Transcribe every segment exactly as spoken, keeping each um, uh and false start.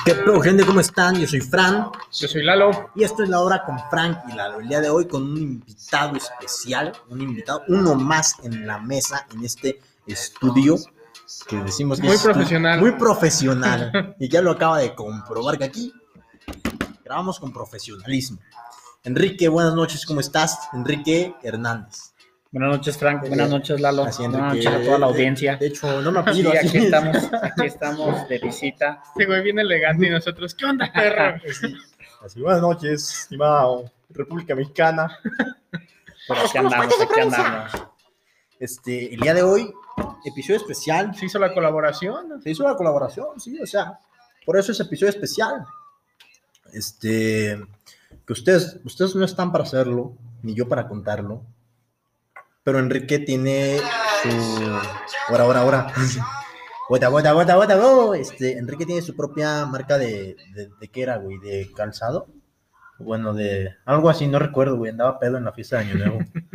¿Qué pedo, gente? ¿Cómo están? Yo soy Fran. Yo soy Lalo. Y esto es La Hora con Frank y Lalo. El día de hoy con un invitado especial, un invitado, uno más en la mesa, en este estudio que decimos que Muy es profesional. Muy profesional. Y ya lo acaba de comprobar que aquí grabamos con profesionalismo. Enrique, buenas noches, ¿cómo estás? Enrique Hernández. Buenas noches, Frank. Buenas noches, Lalo. Así, Buenas Enrique, noches a toda la de- audiencia. De hecho, no me apellido Sí, así. aquí estamos, aquí estamos de visita. Este güey bien elegante y nosotros, ¿qué onda, perro? Sí. Así, buenas noches, estimada República Mexicana. Pero aquí andamos, aquí andamos. Este, el día de hoy, episodio especial. Se hizo la colaboración. Se hizo la colaboración, sí, o sea, por eso es episodio especial. Este, que ustedes, ustedes no están para hacerlo, ni yo para contarlo, pero Enrique tiene su... Ahora, ahora, ahora. Bota, bota, bota, bota, go. Este, Enrique tiene su propia marca de, de, de ¿qué era, güey? ¿De calzado? Bueno, de algo así, no recuerdo, güey, andaba pedo en la fiesta de Año Nuevo.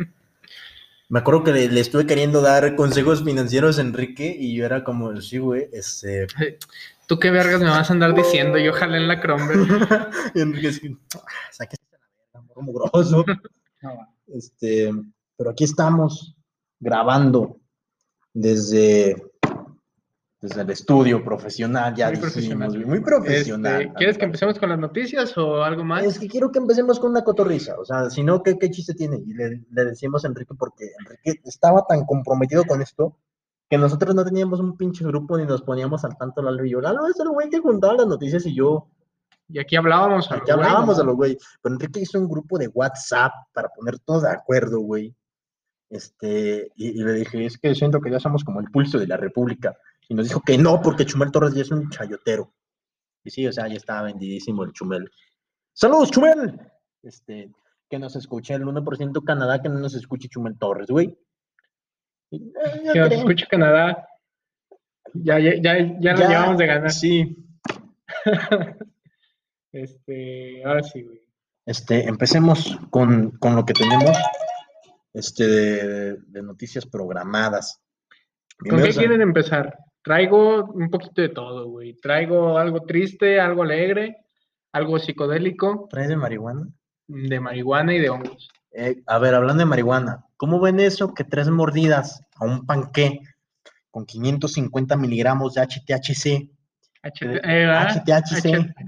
Me acuerdo que le, le estuve queriendo dar consejos financieros a Enrique y yo era como, sí, güey, este... ¿Tú qué vergas me vas a andar diciendo? Yo jalé en la Cromber. y Enrique es que, sáquese la verga, morro mugroso. Este, pero aquí estamos grabando desde... desde el estudio profesional, ya Muy dijimos, profesional. güey, muy profesional. Este, ¿quieres que empecemos con las noticias o algo más? Es que quiero que empecemos con una cotorriza, o sea, si no, ¿qué, qué chiste tiene? Y le, le decimos a Enrique porque Enrique estaba tan comprometido con esto que nosotros no teníamos un pinche grupo ni nos poníamos al tanto Lalo y yo. Lalo es el güey que juntaba las noticias y yo, Y aquí hablábamos a aquí lo güey, hablábamos ¿no? de los güey, pero Enrique hizo un grupo de WhatsApp para poner todos de acuerdo, güey. Este, y, y le dije, es que siento que ya somos como el pulso de la República. Y nos dijo que no, porque Chumel Torres ya es un chayotero. Y sí, o sea, ya estaba vendidísimo el Chumel. ¡Saludos, Chumel! Este, que nos escuche el uno por ciento Canadá, que no nos escuche Chumel Torres, güey. Eh, yo Que nos creo. escuche Canadá. Ya, ya, ya, ya lo Ya, llevamos de ganar. Sí. Este, ahora sí, güey. Este, empecemos con, con lo que tenemos este, de, de noticias programadas. ¿Con Primero, qué quieren empezar? Traigo un poquito de todo, güey. Traigo algo triste, algo alegre, algo psicodélico, ¿traes de marihuana? de marihuana y de hongos. Eh, a ver, hablando de marihuana, ¿cómo ven eso que tres mordidas a un panqué con quinientos cincuenta miligramos de H T H C? H T, eh, ¿verdad? H T H C. H-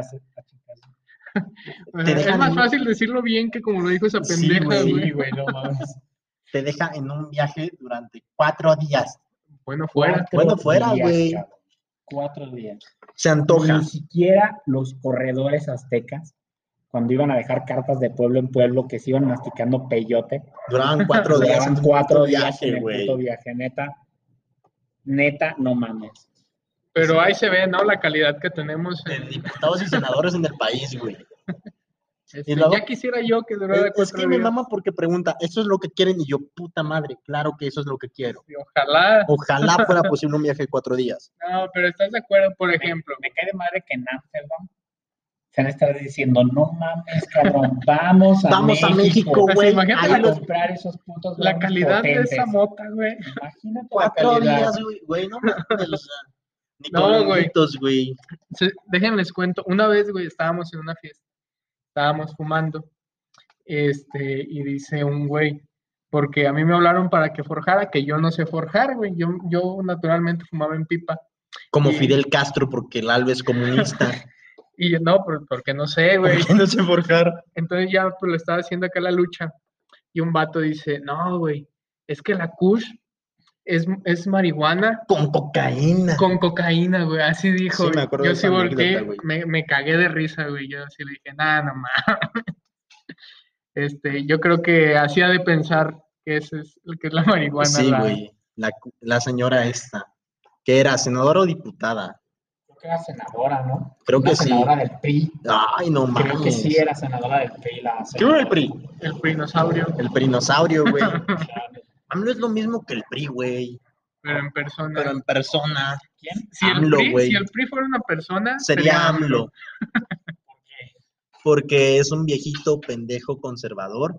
Te es dejan más en- fácil decirlo bien que como lo dijo esa Sí, pendeja, güey. güey. güey, no mames. Te deja en un viaje durante cuatro días. Bueno, fuera. Cuatro Bueno, fuera, días, güey. cabrón. Cuatro días. Se antoja. Ni siquiera los corredores aztecas, cuando iban a dejar cartas de pueblo en pueblo que se iban masticando peyote, Duraban cuatro días. duraban en un cuatro puto días viaje, en el güey. puto viaje, neta. Neta, no mames. Pero ahí se ve, ¿no? La calidad que tenemos. De En- diputados y senadores en el país, güey. este, Y luego- ya quisiera yo que durara Es, cuatro es que me días. mama porque pregunta, ¿eso es lo que quieren? Y yo, puta madre, claro que eso es lo que quiero. Y ojalá. Ojalá fuera posible un viaje de cuatro días. No, pero ¿estás de acuerdo? Por ejemplo, Me cae de madre que en Amsterdam se han estado diciendo, no mames, cabrón, vamos a Vamos a México, México, Así, güey. imagínate Ahí a los comprar esos putos la brownies calidad de potentes. esa mota, güey. Imagínate cuatro la calidad. días, güey. Güey, no mames, o sea, ni No, con güey. honguitos, güey. Se- Déjenles cuento, una vez, güey, estábamos en una fiesta, estábamos fumando, este, y dice un güey, porque a mí me hablaron para que forjara, que yo no sé forjar, güey, yo, yo naturalmente fumaba en pipa, Como Y- Fidel Castro, porque el Alba es comunista. y yo, no, por- porque no sé, güey, ¿Por qué no sé forjar? entonces ya, pues, le estaba haciendo acá la lucha, y un vato dice, no, güey, es que la kush es, es marihuana Con cocaína. con cocaína, güey, así dijo, Sí, me güey. acuerdo Yo de sí esa volteé, anécdota, güey. me, me cagué de risa, güey, yo así le dije, nada, no mames. Este, yo creo que hacía de pensar que ese es, que es la marihuana. Sí, la- güey. La, la señora esta. ¿Que era? ¿Senadora o diputada? Creo que era senadora, ¿no? Creo Una que sí. senadora del P R I. Ay, no mames. Creo que sí era senadora del P R I. La ¿Qué era el P R I? El prinosaurio, El perinosaurio, güey. senadora. AMLO es lo mismo que el P R I, güey. pero en persona. Pero en persona. ¿Quién? si, el AMLO, P R I, güey. si el P R I fuera una persona, Sería AMLO. ¿Por qué? Porque es un viejito pendejo conservador.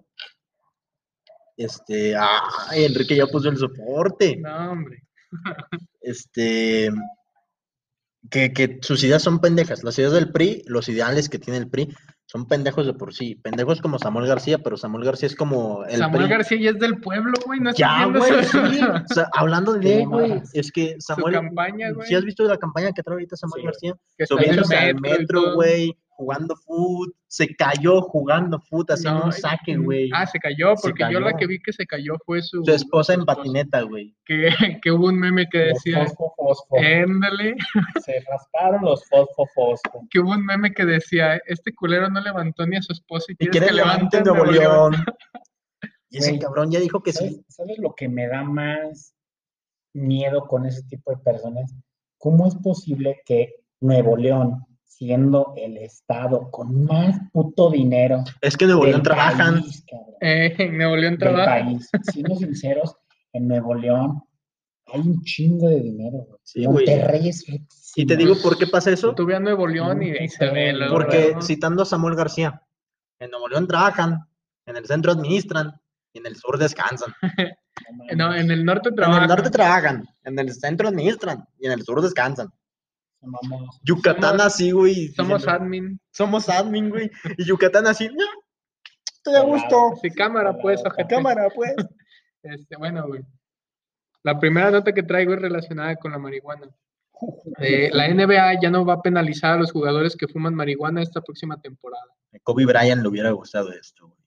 Este, ay, Enrique ya puso el soporte. No, hombre. Este, que, que sus ideas son pendejas. Las ideas del P R I, los ideales que tiene el P R I, son pendejos de por sí. Pendejos como Samuel García, pero Samuel García es como el Samuel P R I. García ya es del pueblo, güey, no estás Ya, viendo güey, eso? sí. O sea, hablando Qué de él, güey, mamadas. es que Samuel. campaña, güey. ¿Sí has visto la campaña que trae ahorita Samuel Sí. García? Que está en el Subiéndose al metro y metro, todo. güey, jugando foot, se cayó jugando foot, haciendo No, un saque, mm, güey. Ah, se cayó, Se porque yo la cayó. que vi que se cayó fue su, Su esposa su en patineta, güey. Que, que hubo un meme que Los decía, fosfo, fosfo. éndale, Se rasparon los fosfo, fosfo. que hubo un meme que decía, este culero no levantó ni a su esposa y Y quieres quiere que levante levante en Nuevo León. Y ese Güey, cabrón ya dijo que ¿Sabes, sí. ¿Sabes lo que me da más miedo con ese tipo de personas? ¿Cómo es posible que Nuevo León, siendo el estado con más puto dinero Es que en Nuevo del León trabajan. país, cabrón, Eh, en Nuevo León del trabaja. país, siendo sinceros, en Nuevo León hay un chingo de dinero, güey. Sí, güey. Monterrey es Y riquísimo. te digo por qué pasa eso. Tú ve a Nuevo León y de ahí se ve. luego, Porque luego. citando a Samuel García, en Nuevo León trabajan, en el centro administran y en el sur descansan. No, en el norte En trabajan. el norte trabajan, en el centro administran y en el sur descansan. Mamamos. Yucatán Somos- así, güey. Somos diciendo, admin. Somos admin, güey. Y Yucatán así, no, estoy a gusto. Pelado. Sí, cámara, pues, Pelado, ojete. Cámara, pues. Este, bueno, güey. La primera nota que traigo es relacionada con la marihuana. Eh, la N B A ya no va a penalizar a los jugadores que fuman marihuana esta próxima temporada. A Kobe Bryant le hubiera gustado esto, güey.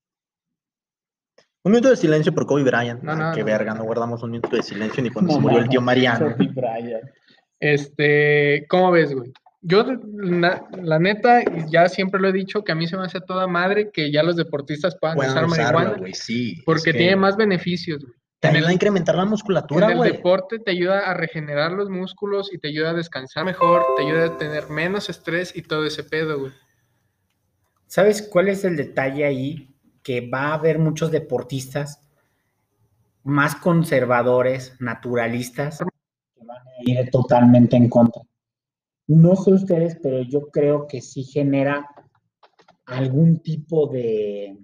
Un minuto de silencio por Kobe Bryant. No, Ay, no, qué no. verga, no guardamos un minuto de silencio ni cuando No se murió el tío mames, Mariano. Kobe Bryant. Este, ¿cómo ves, güey? Yo, la, la neta, ya siempre lo he dicho, que a mí se me hace toda madre que ya los deportistas puedan Puedan usar usarlo, marihuana, güey, sí. porque es que tiene más beneficios, güey. te En ayuda a el, incrementar la en musculatura, el güey. deporte te ayuda a regenerar los músculos y te ayuda a descansar mejor, te ayuda a tener menos estrés y todo ese pedo, güey. ¿Sabes cuál es el detalle ahí? Que va a haber muchos deportistas más conservadores, naturalistas, que van a ir totalmente en contra. No sé ustedes, pero yo creo que sí genera algún tipo de,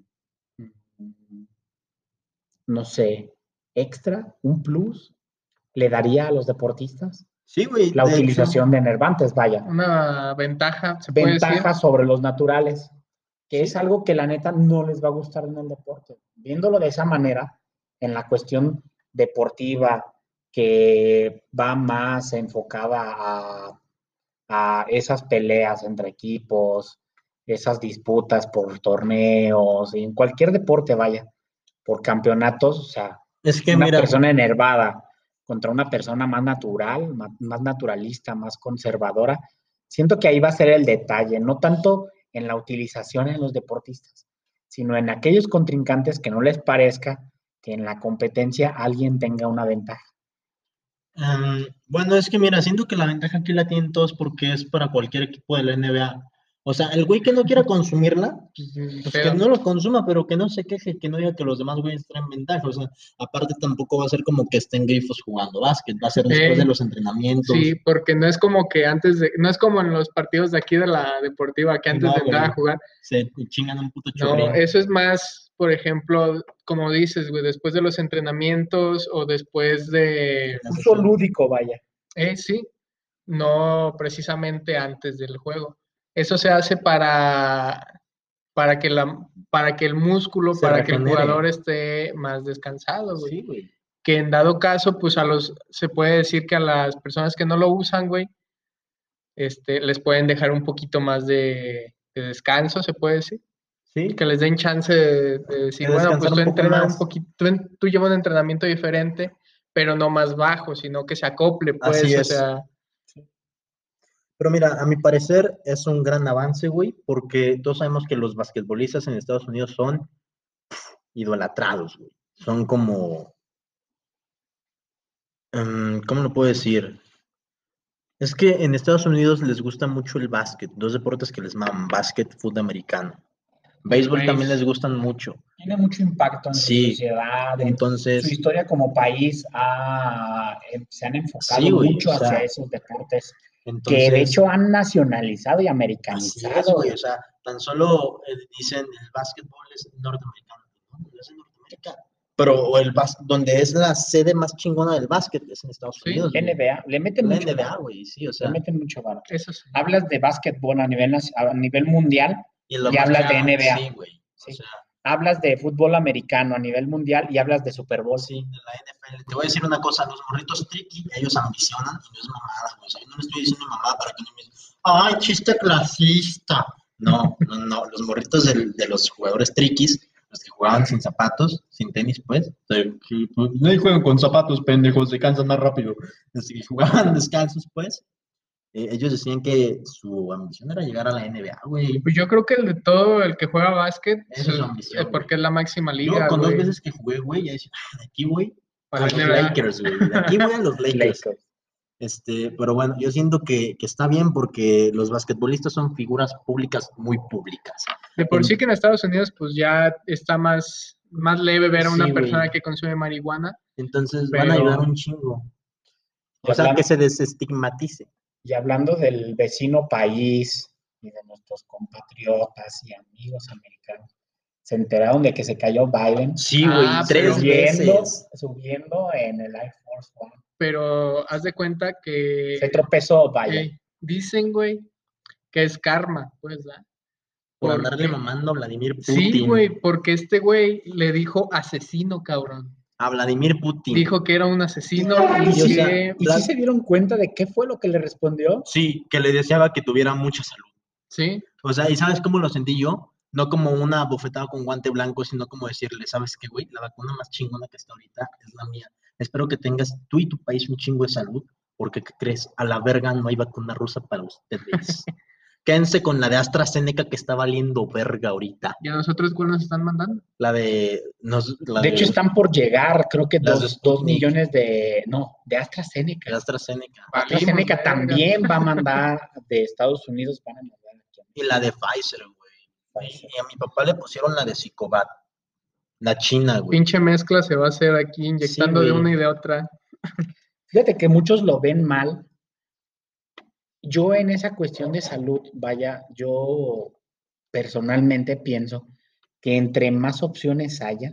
no sé, extra, un plus, le daría a los deportistas Sí, güey. la de utilización hecho, de enervantes, vaya. Una ventaja, se puede decir. Ventaja sobre los naturales, que Sí. es algo que la neta no les va a gustar en el deporte. Viéndolo de esa manera, en la cuestión deportiva, que va más enfocada a, a esas peleas entre equipos, esas disputas por torneos, en cualquier deporte vaya, por campeonatos, o sea, es que una mira, persona enervada contra una persona más natural, más, más naturalista, más conservadora, siento que ahí va a ser el detalle, no tanto en la utilización en los deportistas, sino en aquellos contrincantes que no les parezca que en la competencia alguien tenga una ventaja. um, bueno, es que mira, siento que la ventaja aquí la tienen todos porque es para cualquier equipo de la N B A. O sea, el güey que no quiera consumirla, Pues, pues pero- que no lo consuma, pero que no se queje, que no diga que los demás güeyes traen ventaja. O sea, aparte tampoco va a ser como que estén grifos jugando básquet, va a ser después Eh, de los entrenamientos. Sí, porque no es como que antes de, no es como en los partidos de aquí de la deportiva, que antes No, de entrar güey. a jugar. Se chingan un puto No, chorrín. eso es más, por ejemplo, como dices, güey, después de los entrenamientos o después de, Uso lúdico, vaya. eh, sí, no precisamente antes del juego. Eso se hace para, para que la, para que el músculo, Se para que el regenere. jugador esté más descansado, güey. Sí, güey. Que en dado caso, pues a los, se puede decir que a las personas que no lo usan, güey, este, les pueden dejar un poquito más de, de descanso, se puede decir. Sí. Que les den chance de, de decir, De bueno, descansar pues tú un poco entrenas un más. poquito, tú, en- tú llevas un entrenamiento diferente, pero no más bajo, sino que se acople, pues, Así o es. sea, Pero mira, a mi parecer es un gran avance, güey, porque todos sabemos que los basquetbolistas en Estados Unidos son pf, idolatrados, güey. Son como, um, ¿cómo lo puedo decir? Es que en Estados Unidos les gusta mucho el básquet, dos deportes que les maman, básquet, fútbol americano. Béisbol también les gustan mucho. Tiene mucho impacto en Sí, su sociedad, en entonces, su historia como país, ha- eh, se han enfocado sí, güey, mucho o sea, hacia esos deportes que de entonces, hecho han nacionalizado y así es, americanizado. güey, o sea, tan solo eh, dicen el básquetbol es norteamericano, ¿no? No es en Norteamérica, Pero el bas donde es la sede más chingona del básquet es en Estados Sí, Unidos. güey. N B A, le meten La mucho N B A, varo, güey, sí, o le sea. meten mucho varo. Eso sí. Hablas de básquetbol a nivel, nac- a nivel mundial Y, lo y más hablas de chingón, N B A. Sí, güey. Sí. O sea, Hablas de fútbol americano a nivel mundial y hablas de Super Bowl. sí, de la N F L. Te voy a decir una cosa, los morritos tricky, ellos ambicionan y no es mamada, güey. O sea, yo no le estoy diciendo mamada para que no me digan, ay, chiste clasista. No, no, no. Los morritos del- de los jugadores triquis, los que jugaban sin zapatos, sin tenis, pues, de- que, pues, no juegan con zapatos, pendejos, se cansan más rápido. Los que jugaban descalzos, pues, eh, ellos decían que su ambición era llegar a la N B A, güey. Pues yo creo que el de todo el que juega básquet, Esa es su eh, ambición, güey. porque es la máxima Yo liga, con dos güey. veces que jugué, güey, ya decía, ah, de aquí, güey, Para a la los N B A. Lakers, güey. De aquí voy a los Lakers. Lakers. Este, pero bueno, yo siento que, que está bien porque los basquetbolistas son figuras públicas muy públicas. De por En- sí que en Estados Unidos, pues ya está más, más leve ver a una Sí, persona güey. que consume marihuana. Entonces van a Pero- ayudar un chingo. Y O sea, hablan- que se desestigmatice. Y hablando del vecino país y de nuestros compatriotas y amigos americanos, se enteraron de que se cayó Biden Sí, Ah, güey, tres pero- subiendo, veces. subiendo en el Air Force One. Pero haz de cuenta que Se tropezó Biden. eh, dicen, güey, que es karma, pues, ¿verdad? Por Porque- andarle mamando a Vladimir Putin. Sí, güey, porque este güey le dijo asesino, cabrón. A Vladimir Putin. Dijo que era un asesino y Y, o sea, que... ¿Y si se dieron cuenta de qué fue lo que le respondió? Sí, que le deseaba que tuviera mucha salud. Sí, O sea, ¿y sabes cómo lo sentí yo? No como una bofetada con guante blanco, sino como decirle, ¿sabes qué, güey? La vacuna más chingona que está ahorita es la mía. Espero que tengas tú y tu país un chingo de salud, porque, ¿qué crees? A la verga no hay vacuna rusa para ustedes. Quédense con la de AstraZeneca que está valiendo verga ahorita. ¿y a nosotros cuál nos están mandando? La de... Nos, la De hecho, están por llegar, creo que Las de dos, dos Sputnik. millones de... No, de AstraZeneca. de AstraZeneca. AstraZeneca Valimos verga. también va a mandar de Estados Unidos, van a mandar aquí. Y la de Pfizer, güey. Y, y a mi papá le pusieron la de Sicovat. La china, güey. Pinche mezcla se va a hacer aquí inyectando de güey. una y de otra. Fíjate que muchos lo ven mal. Yo en esa cuestión de salud, vaya, yo personalmente pienso que entre más opciones haya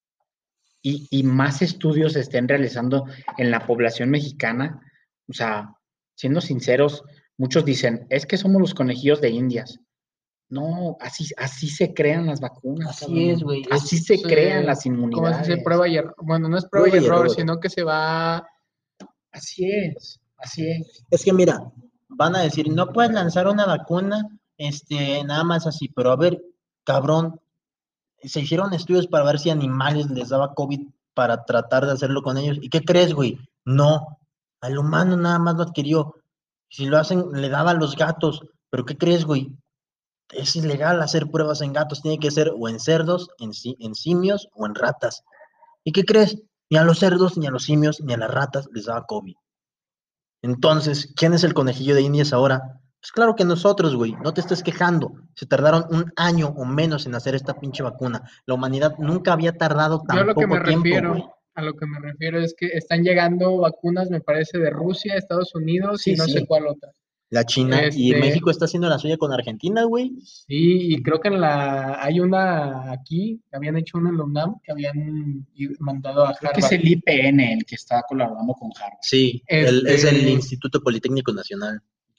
y, y más estudios se estén realizando en la población mexicana, o sea, siendo sinceros, muchos dicen, es que somos los conejillos de Indias. No, así, así se crean las vacunas. Así cabrón. es, güey. Así Es- se se- crean las ¿Cómo se inmunidades. dice? Prueba y error. Bueno, no es prueba, Prueba y y error, error. sino que se va... Así es, así es. Es que mira, van a decir, no puedes lanzar una vacuna, este, nada más así, pero a ver, cabrón, se hicieron estudios para ver si animales les daba COVID para tratar de hacerlo con ellos. ¿Y qué crees, güey? No, al humano nada más lo adquirió. Si lo hacen, le daba a los gatos, pero ¿qué crees, güey? Es ilegal hacer pruebas en gatos, tiene que ser o en cerdos, en, si- en simios o en ratas. ¿Y qué crees? Ni a los cerdos, ni a los simios, ni a las ratas les daba COVID. Entonces, ¿quién es el conejillo de Indias ahora? Pues claro que nosotros, güey, no te estés quejando. Se tardaron un año o menos en hacer esta pinche vacuna. La humanidad nunca había tardado Yo a tan lo que me poco tiempo, refiero, güey. a lo que me refiero es que están llegando vacunas, me parece, de Rusia, Estados Unidos Sí, y no sí. sé cuál otra. La China y Este- México está haciendo la suya con Argentina, güey. Sí, y creo que en la hay una aquí, que habían hecho una en la UNAM, que habían ido- mandado a Creo que es Harvard. el I P N el que está colaborando con Harvard. Sí, el- es el Este- Instituto Politécnico Nacional.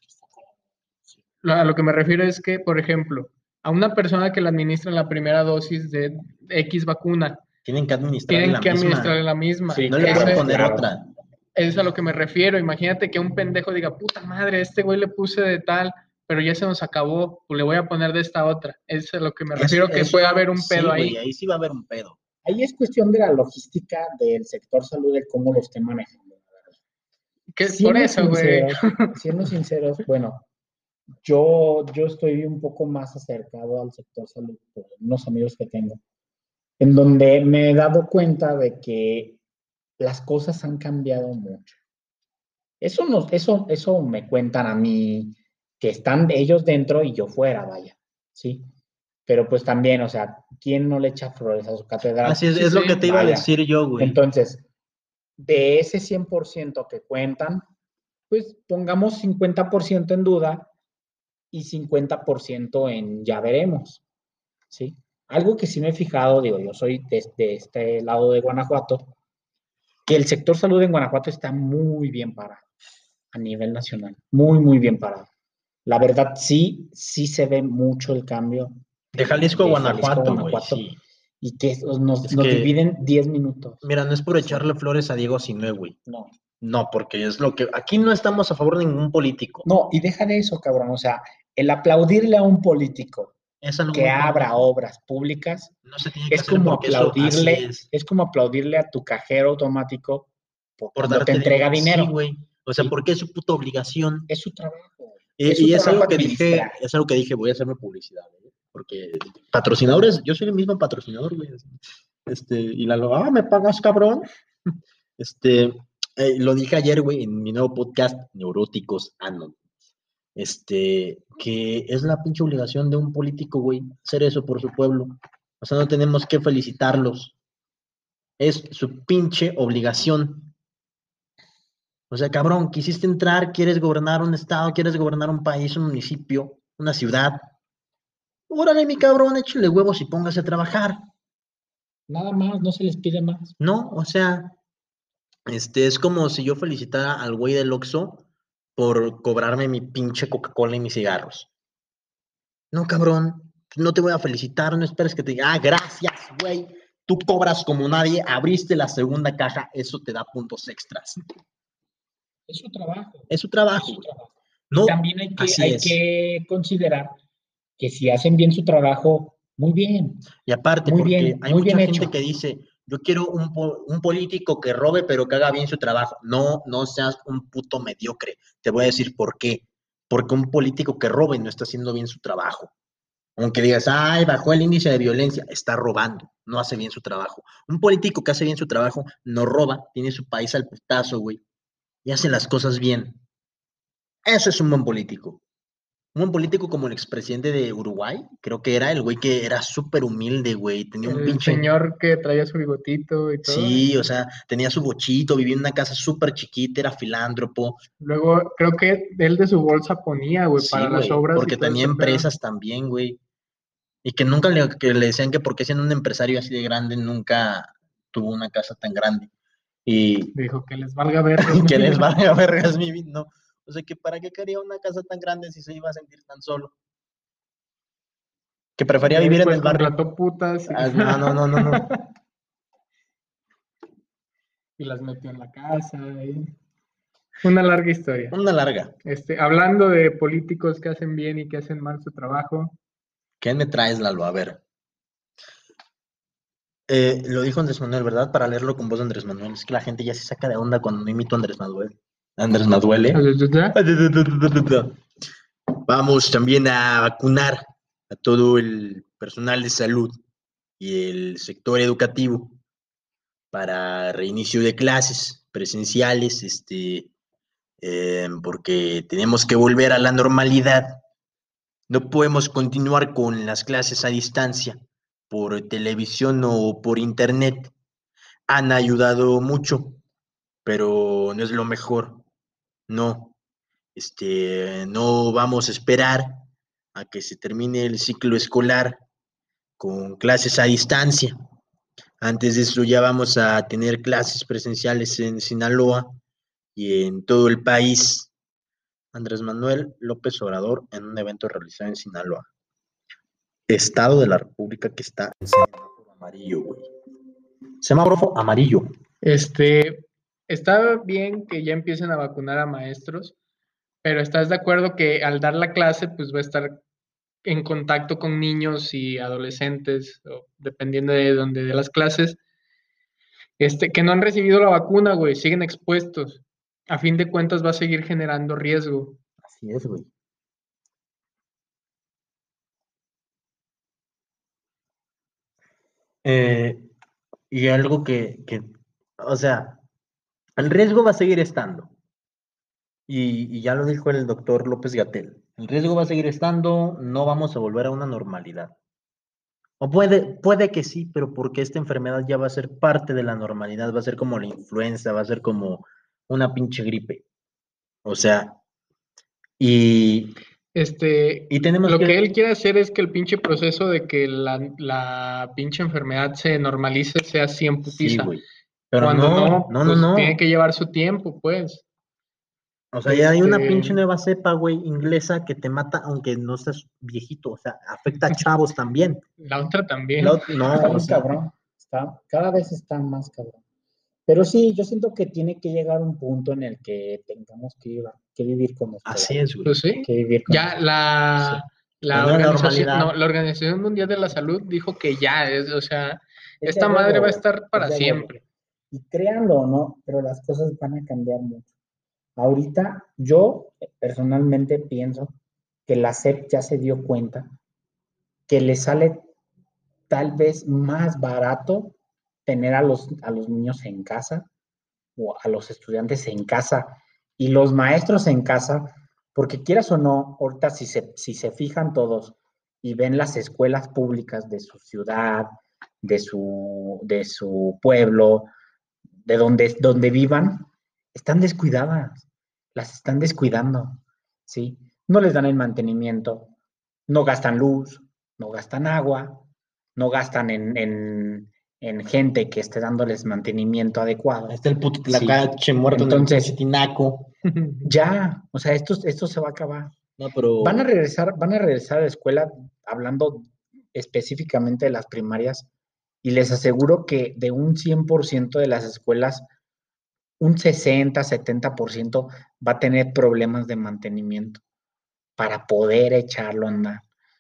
Lo- A lo que me refiero es que, por ejemplo, a una persona que le administran la primera dosis de X vacuna, Tienen que administrar tienen la que misma. administrarle la misma. Sí, No le Ese- pueden poner claro. otra. Es a lo que me refiero. Imagínate que un pendejo diga, puta madre, este güey le puse de tal, pero ya se nos acabó, pues le voy a poner de esta otra. Eso es a lo que me refiero, que Eso- puede haber un sí, pedo ahí. güey, ahí sí va a haber un pedo. Ahí es cuestión de la logística del sector salud, de cómo lo esté manejando. la verdad. Que Siendo por eso, güey. sinceros- Siendo sinceros, bueno, yo, yo estoy un poco más acercado al sector salud por unos amigos que tengo, en donde me he dado cuenta de que las cosas han cambiado mucho. Eso, nos, eso, eso me cuentan a mí, que están ellos dentro y yo fuera, vaya, ¿sí? Pero pues también, o sea, ¿quién no le echa flores a su catedral? Así es, Sí, es lo sí, que te iba a vaya. decir yo, güey. Entonces, de ese cien por ciento que cuentan, pues pongamos cincuenta por ciento en duda y cincuenta por ciento en ya veremos, ¿sí? Algo que sí me he fijado, digo, yo soy de, de este lado de Guanajuato, que el sector salud en Guanajuato está muy bien parado a nivel nacional, muy, muy bien parado. La verdad, sí, sí se ve mucho el cambio De Jalisco a de Jalisco a Guanajuato, güey, Guanajuato sí. y que nos, Es nos que, dividen diez minutos. mira, no es por Sí. echarle flores a Diego Sinue, güey. No, No, porque es lo que... Aquí no estamos a favor de ningún político. no, y deja de eso, cabrón. O sea, el aplaudirle a un político Es algo que muy abra pendejo. obras públicas No se tiene que es hacer como porque eso así aplaudirle, es. es como aplaudirle a tu cajero automático por Por cuando te darte entrega dinero. Sí, dinero. güey. O sea, Sí, porque es su puta obligación. es su trabajo. Y, Es su y es trabajo algo que dije, administrar. es algo que dije, voy a hacerme publicidad, ¿eh? Porque patrocinadores, yo soy el mismo patrocinador, güey. Este, y la lo, ah, ¿me pagas, cabrón? Este, eh, lo dije ayer, güey, en mi nuevo podcast, Neuróticos Anónimos. Este, que es la pinche obligación de un político, güey, hacer eso por su pueblo. O sea, no tenemos que felicitarlos. Es su pinche obligación. O sea, cabrón, quisiste entrar, quieres gobernar un estado, quieres gobernar un país, un municipio, una ciudad. Órale, mi cabrón, échale huevos y póngase a trabajar. Nada más, no se les pide más. No, o sea, este es como si yo felicitara al güey del Oxxo por cobrarme mi pinche Coca-Cola y mis cigarros. No, cabrón, no te voy a felicitar, no esperes que te diga, ah, gracias, güey. Tú cobras como nadie, abriste la segunda caja, eso te da puntos extras. Es su trabajo. Es su trabajo. Es su trabajo. No, y también hay que, así hay es. que considerar que si hacen bien su trabajo, muy bien. Y aparte, muy porque bien, hay muy mucha bien gente hecho. que dice, yo quiero un, po- un político que robe, pero que haga bien su trabajo. No, no seas un puto mediocre. Te voy a decir por qué. Porque un político que robe no está haciendo bien su trabajo. Aunque digas, ay, bajó el índice de violencia, está robando, no hace bien su trabajo. Un político que hace bien su trabajo no roba, tiene su país al putazo, güey, y hace las cosas bien. Eso es un buen político. Un buen político como el expresidente de Uruguay, creo que era el güey que era súper humilde, güey, tenía un El pinche... señor que traía su bigotito y todo. Sí, o sea, tenía su bochito, vivía en una casa súper chiquita, era filántropo. Luego, creo que él de su bolsa ponía, güey, Sí, para las güey, obras y porque todo tenía ese pedo. empresas también, güey. Y que nunca le, que le decían que porque siendo un empresario así de grande, nunca tuvo una casa tan grande. Y Dijo que les valga vergas, ¿no? que les valga vergas mi vida, no. O sea, que para qué quería una casa tan grande si se iba a sentir tan solo. Que prefería Ya vivir en después el barrio. contrató putas y, Ah, no, no, no, no, no. y las metió en la casa. y- Una larga historia. Una larga. Este, hablando de políticos que hacen bien y que hacen mal su trabajo, ¿Qué me traes, Lalo? A ver. Eh, lo dijo Andrés Manuel, ¿verdad? Para leerlo con voz de Andrés Manuel. Es que la gente ya se saca de onda cuando no imito a Andrés Manuel. Andrés Manuel, ¿eh? Vamos también a vacunar a todo el personal de salud y el sector educativo para reinicio de clases presenciales, este, eh, porque tenemos que volver a la normalidad. No podemos continuar con las clases a distancia por televisión o por internet. Han ayudado mucho, pero no es lo mejor. No, este, no vamos a esperar a que se termine el ciclo escolar con clases a distancia. Antes de eso ya vamos a tener clases presenciales en Sinaloa y en todo el país. Andrés Manuel López Obrador en un evento realizado en Sinaloa. Estado de la República que está en semáforo amarillo, güey. Semáforo amarillo. este, está bien que ya empiecen a vacunar a maestros, pero ¿estás de acuerdo que al dar la clase, pues va a estar en contacto con niños y adolescentes, o dependiendo de donde de las clases, este, que no han recibido la vacuna, güey, siguen expuestos? A fin de cuentas va a seguir generando riesgo. Así es, güey. Eh, y algo que, que, o sea, el riesgo va a seguir estando. Y, y ya lo dijo el doctor López Gatell. El riesgo va a seguir estando, no vamos a volver a una normalidad. O puede, puede que sí, pero porque esta enfermedad ya va a ser parte de la normalidad, va a ser como la influenza, va a ser como una pinche gripe. O sea, y Este, Y tenemos lo que- que él quiere hacer es que el pinche proceso de que la, la pinche enfermedad se normalice sea así en Sí, putiza. güey. Pero Cuando no, no, no, no, pues no. tiene que llevar su tiempo, pues. O sea, ya hay una Este- pinche nueva cepa, güey, inglesa que te mata aunque no seas viejito. O sea, afecta a chavos también. La otra también. La ot- no, Está o muy sea, cabrón. Está, cada vez está más cabrón. Pero sí, yo siento que tiene que llegar un punto en el que tengamos que, ir- que vivir con esto. así ¿vale? es, güey. Pues sí. Que vivir con Ya esto. la, la La nueva organización, normalidad. no, la Organización Mundial de la Salud dijo que ya es, o sea, Es esta de madre va a huevo, estar para es de siempre. huevo. Y créanlo o no, pero las cosas van a cambiar mucho. Ahorita yo eh, personalmente pienso que la S E P ya se dio cuenta que le sale tal vez más barato tener a los, a los niños en casa o a los estudiantes en casa y los maestros en casa, porque quieras o no, ahorita si se, si se fijan todos y ven las escuelas públicas de su ciudad, de su, de su pueblo, de donde, donde vivan, están descuidadas, las están descuidando, ¿sí? No les dan el mantenimiento, no gastan luz, no gastan agua, no gastan en, en, en gente que esté dándoles mantenimiento adecuado. Está el puto Sí. tlacache muerto Entonces, en el tinaco. ya, o sea, esto, esto se va a acabar. No, pero. Van a regresar, van a regresar a la escuela hablando específicamente de las primarias y les aseguro que de un cien por ciento de las escuelas, un sesenta, setenta por ciento va a tener problemas de mantenimiento para poder echarlo a andar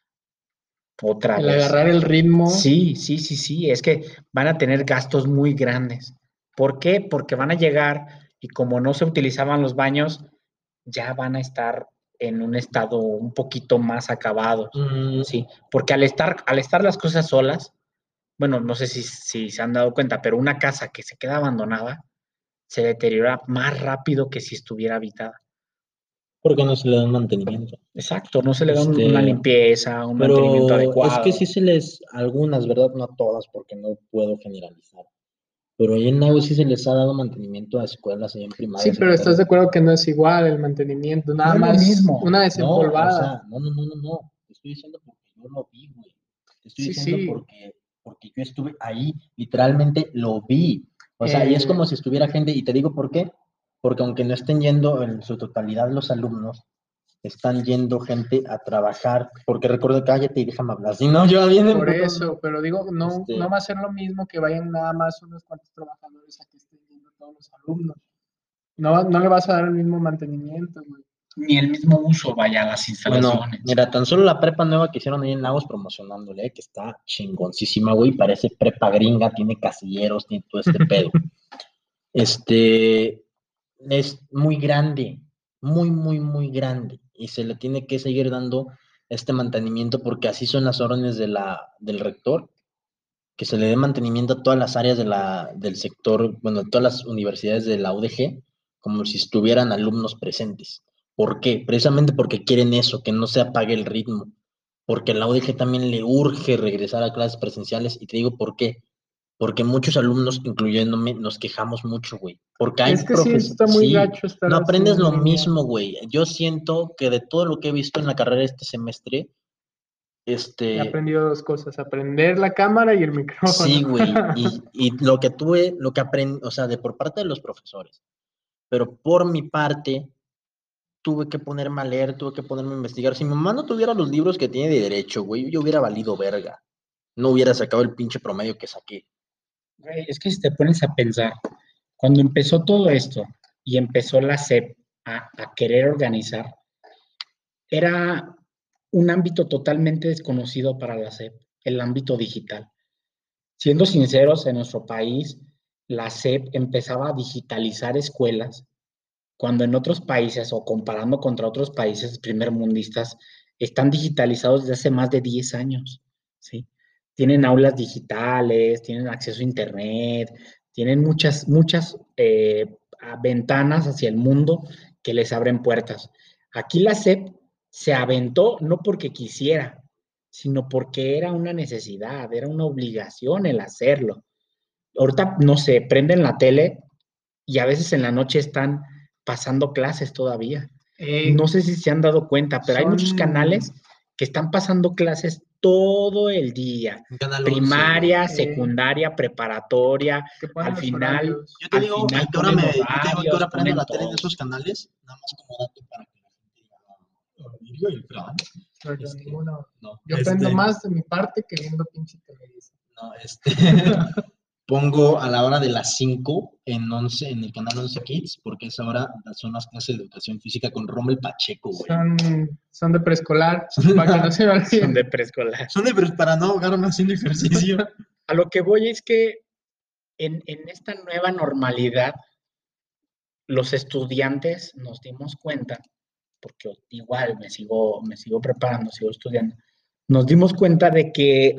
otra El vez. agarrar el ritmo. Sí, sí, sí, sí, es que van a tener gastos muy grandes. ¿Por qué? Porque van a llegar y como no se utilizaban los baños, ya van a estar en un estado un poquito más acabados, Mm, ¿sí? Porque al estar, al estar las cosas solas, bueno, no sé si, si se han dado cuenta, pero una casa que se queda abandonada se deteriora más rápido que si estuviera habitada. ¿por qué no se le da un mantenimiento? Exacto, no se le da un- Este, una limpieza, un Pero mantenimiento es adecuado. que sí se les, algunas, ¿verdad? No todas, porque no puedo generalizar. Pero ahí en Nago sí se les ha dado mantenimiento a escuelas, ahí en primaria. Sí, pero estás de acuerdo que no es igual el mantenimiento, nada No es lo más mismo. una No, o desempolvada. sea, no, no, no, no, no. Te estoy diciendo porque yo lo vi, güey. Te estoy Sí, diciendo sí. porque, porque yo estuve ahí, literalmente lo vi. O sea, y es Eh, como si estuviera gente, y te digo por qué. Porque aunque no estén yendo en su totalidad los alumnos, están yendo gente a trabajar. Porque recuerdo, cállate y déjame hablar. Si no, yo viene por eso, pero digo, no, Este- no va a ser lo mismo que vayan nada más unos cuantos trabajadores a que estén yendo todos los alumnos. No, va- no le vas a dar el mismo mantenimiento, güey. Ni el mismo uso, vaya, a las Bueno, instalaciones. mira, tan solo la prepa nueva que hicieron ahí en Lagos promocionándole, que está chingoncísima, güey, parece prepa gringa, tiene casilleros, tiene todo este pedo. Este, es muy grande, muy, muy, muy grande, y se le tiene que seguir dando este mantenimiento porque así son las órdenes de la, del rector, que se le dé mantenimiento a todas las áreas de la, del sector, bueno, a todas las universidades de la U D G, como si estuvieran alumnos presentes. ¿Por qué? Precisamente porque quieren eso, que no se apague el ritmo, porque a la U D G también le urge regresar a clases presenciales, y te digo por qué. Porque muchos alumnos, incluyéndome, nos quejamos mucho, güey. Porque hay Es que sí, profes- está muy sí, gacho estar no así aprendes en lo línea. mismo, güey. Yo siento que de todo lo que he visto en la carrera este semestre, He este, aprendido dos cosas, aprender la cámara y el micrófono. sí, güey, y, y lo que tuve, lo que aprendí, o sea, de por parte de los profesores, pero por mi parte, tuve que ponerme a leer, tuve que ponerme a investigar. Si mi mamá no tuviera los libros que tiene de derecho, güey, yo hubiera valido verga. No hubiera sacado el pinche promedio que saqué. Güey, es que si te pones a pensar, cuando empezó todo esto y empezó la S E P a, a querer organizar, era un ámbito totalmente desconocido para la S E P, el ámbito digital. Siendo sinceros, en nuestro país, la S E P empezaba a digitalizar escuelas cuando en otros países o comparando contra otros países primermundistas están digitalizados desde hace más de diez años, ¿sí? Tienen aulas digitales, tienen acceso a internet, tienen muchas, muchas eh, ventanas hacia el mundo que les abren puertas. Aquí la S E P se aventó no porque quisiera, sino porque era una necesidad, era una obligación el hacerlo. Ahorita, no sé, prenden la tele y a veces en la noche están pasando clases todavía. Eh, No sé si se han dado cuenta, pero hay muchos son- canales que están pasando clases todo el día. En Canal once, Primaria, güey. secundaria, preparatoria. que ponen Al los final, horarios. Yo te al digo, final ¿a qué hora ponen me, yo te digo, ¿a qué horarios, hora prendo ponen la tele en todo. esos canales? Nada más como dato para que la gente diga, "Ah, Virgo y el Fran". Pero yo Este, ninguno. No, Yo este, aprendo más de mi parte que viendo pinche televisión. no, este, pongo a la hora de las cinco en once, en el canal once Kids, porque esa hora son las clases de educación física con Rommel Pacheco, güey. Son, son de preescolar, Son para que no se me Son olviden. de preescolar. Son de para no ahogarme haciendo ejercicio. A lo que voy es que en, en esta nueva normalidad, los estudiantes nos dimos cuenta, porque igual me sigo, me sigo preparando, sigo estudiando, nos dimos cuenta de que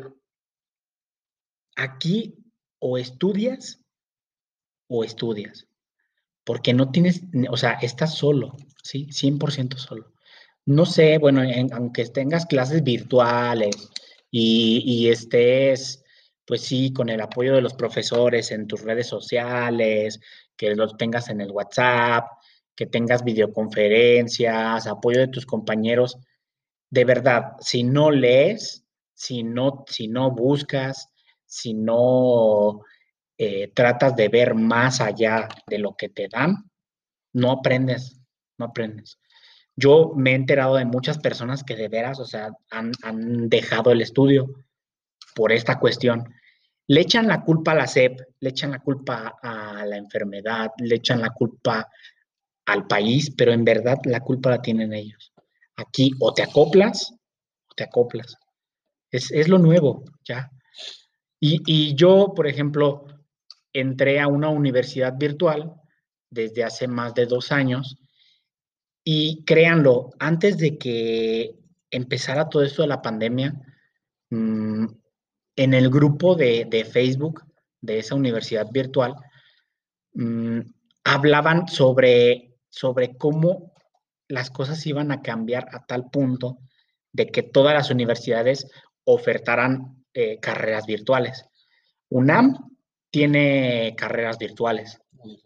aquí o estudias o estudias, porque no tienes, o sea, estás solo, ¿sí? cien por ciento solo. No sé, bueno, en- aunque tengas clases virtuales y, y estés, pues sí, con el apoyo de los profesores en tus redes sociales, que los tengas en el WhatsApp, que tengas videoconferencias, apoyo de tus compañeros, de verdad, si no lees, si no, si no buscas, si no eh, tratas de ver más allá de lo que te dan, no aprendes, no aprendes. Yo me he enterado de muchas personas que de veras, o sea, han, han dejado el estudio por esta cuestión. Le echan la culpa a la S E P, le echan la culpa a la enfermedad, le echan la culpa al país, pero en verdad la culpa la tienen ellos. Aquí o te acoplas o te acoplas. Es, es lo nuevo, ya. Y, y yo, por ejemplo, entré a una universidad virtual desde hace más de dos años y créanlo, antes de que empezara todo esto de la pandemia, mmm, en el grupo de, de, Facebook de esa universidad virtual, mmm, hablaban sobre, sobre cómo las cosas iban a cambiar a tal punto de que todas las universidades ofertaran eh, carreras virtuales. UNAM tiene carreras virtuales.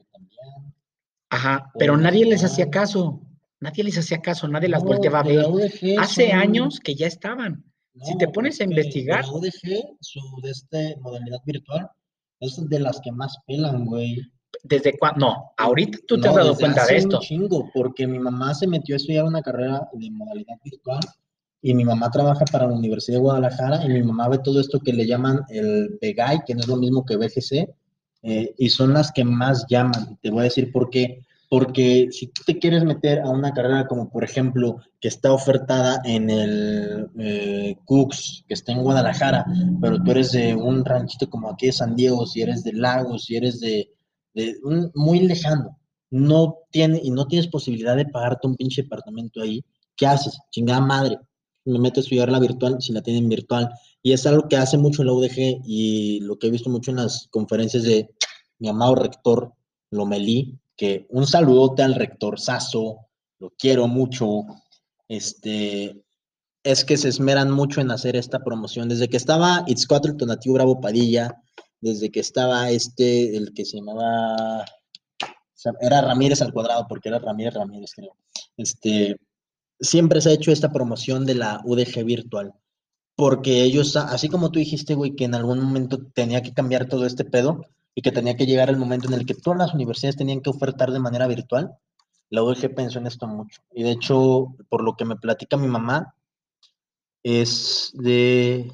Ajá, pero nadie les hacía caso. Nadie les hacía caso, nadie las volteaba a ver. Hace años que ya estaban. Si te pones a investigar. La U D G, su de este modalidad virtual, es de las que más pelan, güey. ¿Desde cuándo? No, ahorita tú te No, has dado desde cuenta hace de esto. un chingo, porque mi mamá se metió a estudiar una carrera de modalidad virtual y mi mamá trabaja para la Universidad de Guadalajara y mi mamá ve todo esto que le llaman el PEGAI, que no es lo mismo que B G C, eh, y son las que más llaman. Te voy a decir por qué. Porque si tú te quieres meter a una carrera como, por ejemplo, que está ofertada en el eh, Cooks, que está en Guadalajara, pero tú eres de un ranchito como aquí de San Diego, si eres de Lagos, si eres de, de un, muy lejano, no tiene, y no tienes posibilidad de pagarte un pinche departamento ahí, ¿qué haces? Chingada madre, me meto a estudiar la virtual si la tienen virtual. Y es algo que hace mucho la U D G y lo que he visto mucho en las conferencias de mi amado rector Lomelí, que un saludote al rector Sasso, lo quiero mucho, este, es que se esmeran mucho en hacer esta promoción. Desde que estaba Itzcoatl Tonatiuh Bravo Padilla, desde que estaba este, el que se llamaba, era Ramírez al cuadrado, porque era Ramírez Ramírez, creo. Este, siempre se ha hecho esta promoción de la U D G virtual, porque ellos, así como tú dijiste, güey, que en algún momento tenía que cambiar todo este pedo y que tenía que llegar el momento en el que todas las universidades tenían que ofertar de manera virtual, la U D G pensó en esto mucho. Y de hecho, por lo que me platica mi mamá, es de,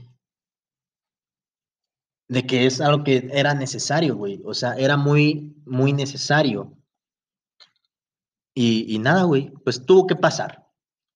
de que es algo que era necesario, güey. O sea, era muy, muy necesario. Y, y nada, güey, pues tuvo que pasar.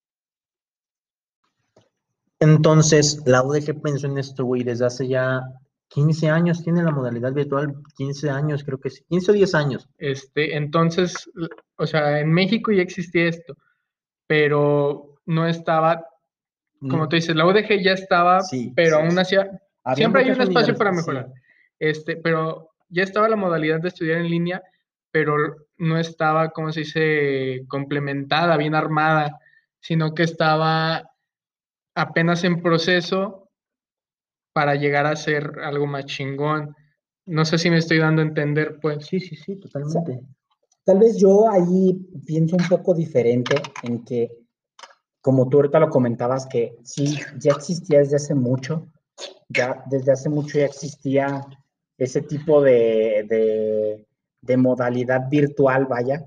Entonces, la U D G pensó en esto, güey, desde hace ya quince años, tiene la modalidad virtual, quince años, creo que sí, quince o diez años. Este, entonces, o sea, en México ya existía esto, pero no estaba, como tú dices, la U D G ya estaba, Sí, pero sí, aún sí. hacía, Había siempre hay muchas un espacio para universidades, mejorar, sí. este, pero ya estaba la modalidad de estudiar en línea, pero no estaba, como se dice, complementada, bien armada, sino que estaba apenas en proceso para llegar a ser algo más chingón. No sé si me estoy dando a entender, pues. Sí, sí, sí, totalmente. tal vez yo ahí pienso un poco diferente en que, como tú ahorita lo comentabas, que sí, ya existía desde hace mucho, ya desde hace mucho ya existía ese tipo de, de, de modalidad virtual, vaya,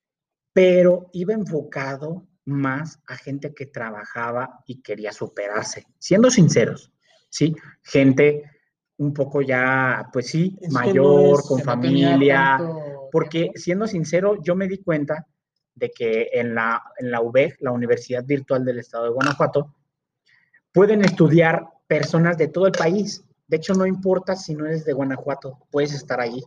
pero iba enfocado más a gente que trabajaba y quería superarse, siendo sinceros, ¿sí? Gente un poco ya, pues sí, Es que mayor, no es- con que no tenía familia, tanto porque tiempo. siendo sincero, yo me di cuenta de que en la, en la U V E G, la Universidad Virtual del Estado de Guanajuato, pueden estudiar personas de todo el país. De hecho, no importa si no eres de Guanajuato, puedes estar allí.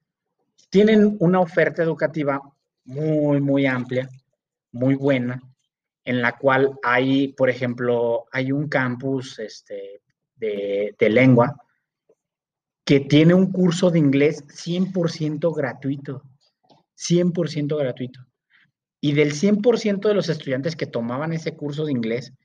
Tienen una oferta educativa muy, muy amplia, muy buena, en la cual hay, por ejemplo, hay un campus este, de, de lengua que tiene un curso de inglés cien por ciento gratuito, cien por ciento gratuito. Y del cien por ciento de los estudiantes que tomaban ese curso de inglés,